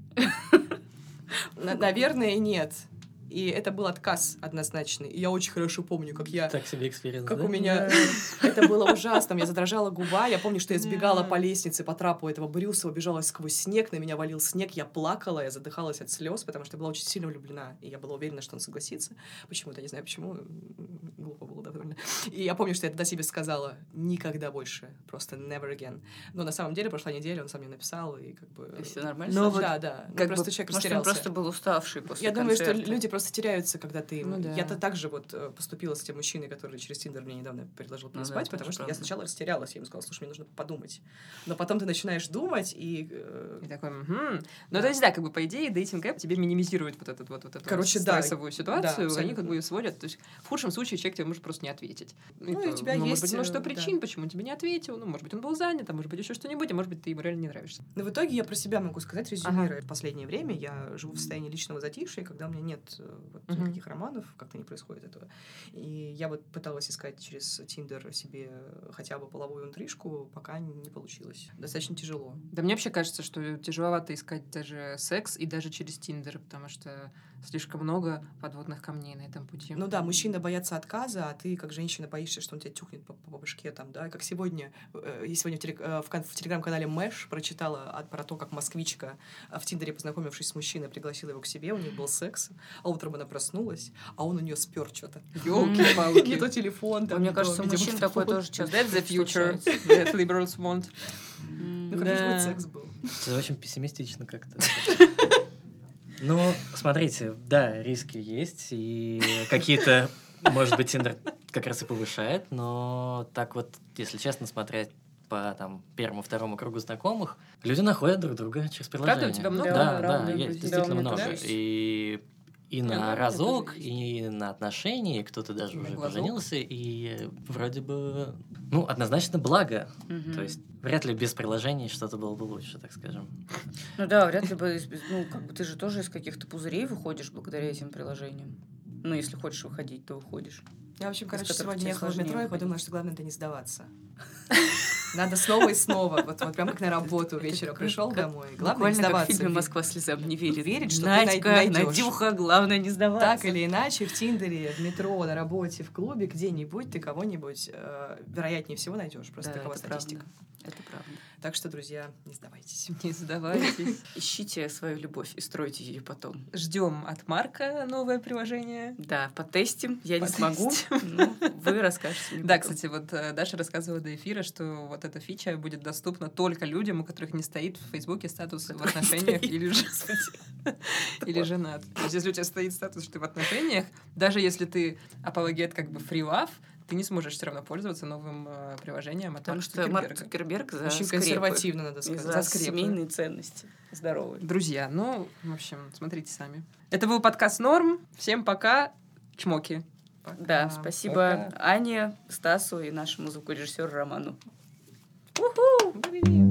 наверное, нет. И это был отказ однозначный. И я очень хорошо помню, как я... Так себе экспириенс, как да? у меня... Это было ужасно. У меня задрожала губа. Я помню, что я сбегала по лестнице, по трапу этого Брюса, убежала сквозь снег, на меня валил снег, я плакала, я задыхалась от слез, потому что я была очень сильно влюблена. И я была уверена, что он согласится. Почему-то, не знаю почему. Глупо было довольно. И я помню, что я тогда себе сказала: никогда больше. Просто never again. Но на самом деле прошла неделя, он сам мне написал, и как бы... И все нормально? Ну, да. Просто человек растерялся. Он просто был уставший после Я думаю, что концерта. люди просто теряются, когда ты... Ну, да. Я-то так же вот поступила с тем мужчиной, который через Тиндер мне недавно предложил переспать, потому что я сначала растерялась. Я ему сказала: слушай, мне нужно подумать. Но потом ты начинаешь думать, и... И такой, Ну, то есть, да, как бы, по идее, дейтинг-эп тебе минимизирует вот эту Короче, стрессовую ситуацию, да, они как бы ее сводят. То есть, в худшем случае человек тебе может просто не ответить. И у тебя есть... Может быть, множество причин, почему он тебе не ответил. Ну, может быть, он был занят, а может быть, еще что-нибудь, а может быть, ты ему реально не нравишься. Но в итоге я про себя могу сказать, резюмируя. В последнее время я живу в состоянии личного затишья, когда у меня нет никаких романов, как-то не происходит этого. И я вот пыталась искать через Тиндер себе хотя бы половую интрижку, пока не получилось. Достаточно тяжело. Да мне вообще кажется, что тяжеловато искать даже секс и даже через Тиндер, потому что слишком много подводных камней на этом пути. Ну да, мужчины боятся отказа, а ты, как женщина, боишься, что он тебя тюхнет по башке там, да. Как сегодня, я сегодня в телеграм-канале Мэш прочитала про то, как москвичка в Тиндере, познакомившись с мужчиной, пригласила его к себе, у них был секс, а утром она проснулась, а он у нее спер что-то. Ёлки-палки. Не то телефон. Мне кажется, у мужчин такое тоже часто. That's the future that liberals want. Ну, какой секс был. Это очень пессимистично как-то. Ну, смотрите, да, риски есть, и какие-то, может быть, Тиндер как раз и повышает, но так вот, если честно, смотреть по там первому-второму кругу знакомых, люди находят друг друга через приложение. Правда, у тебя много? Да, есть действительно много. тоже. И на разок, и на отношения, и кто-то даже уже поженился, и вроде бы, ну, однозначно благо. То есть вряд ли без приложений что-то было бы лучше, так скажем. Ну да, вряд ли бы, ну, как бы ты же тоже из каких-то пузырей выходишь благодаря этим приложениям. Ну, если хочешь выходить, то выходишь. Я, в общем, короче, сегодня ехала в метро и подумала, что главное — это не сдаваться. Надо снова и снова, вот прям как на работу вечером пришел домой. Главное не сдаваться. Как в фильме «Москва слезам не верит». Верить, что Надька, ты найдешь. Надюха, главное не сдаваться. Так или иначе, в Тиндере, в метро, на работе, в клубе, где-нибудь ты кого-нибудь, вероятнее всего, найдешь. Просто такова статистика. Это правда. Так что, друзья, не сдавайтесь. Не сдавайтесь. Ищите свою любовь и стройте ее потом. Ждем от Марка новое приложение. Да, потестим. Я не смогу, но вы расскажете мне. Да, кстати, вот Даша рассказывала до эфира, что вот эта фича будет доступна только людям, у которых не стоит в Фейсбуке статус в отношениях или женат. То есть, если у тебя стоит статус, что ты в отношениях, даже если ты апологет как бы free love, ты не сможешь все равно пользоваться новым приложением от Потому что Марк Цукерберг за очень консервативно, надо сказать. За семейные ценности. Здоровые. Друзья, ну, в общем, смотрите сами. Это был подкаст «Норм». Всем пока. Чмоки. Пока. Да, спасибо Ане, Стасу и нашему звукорежиссеру Роману. Уху!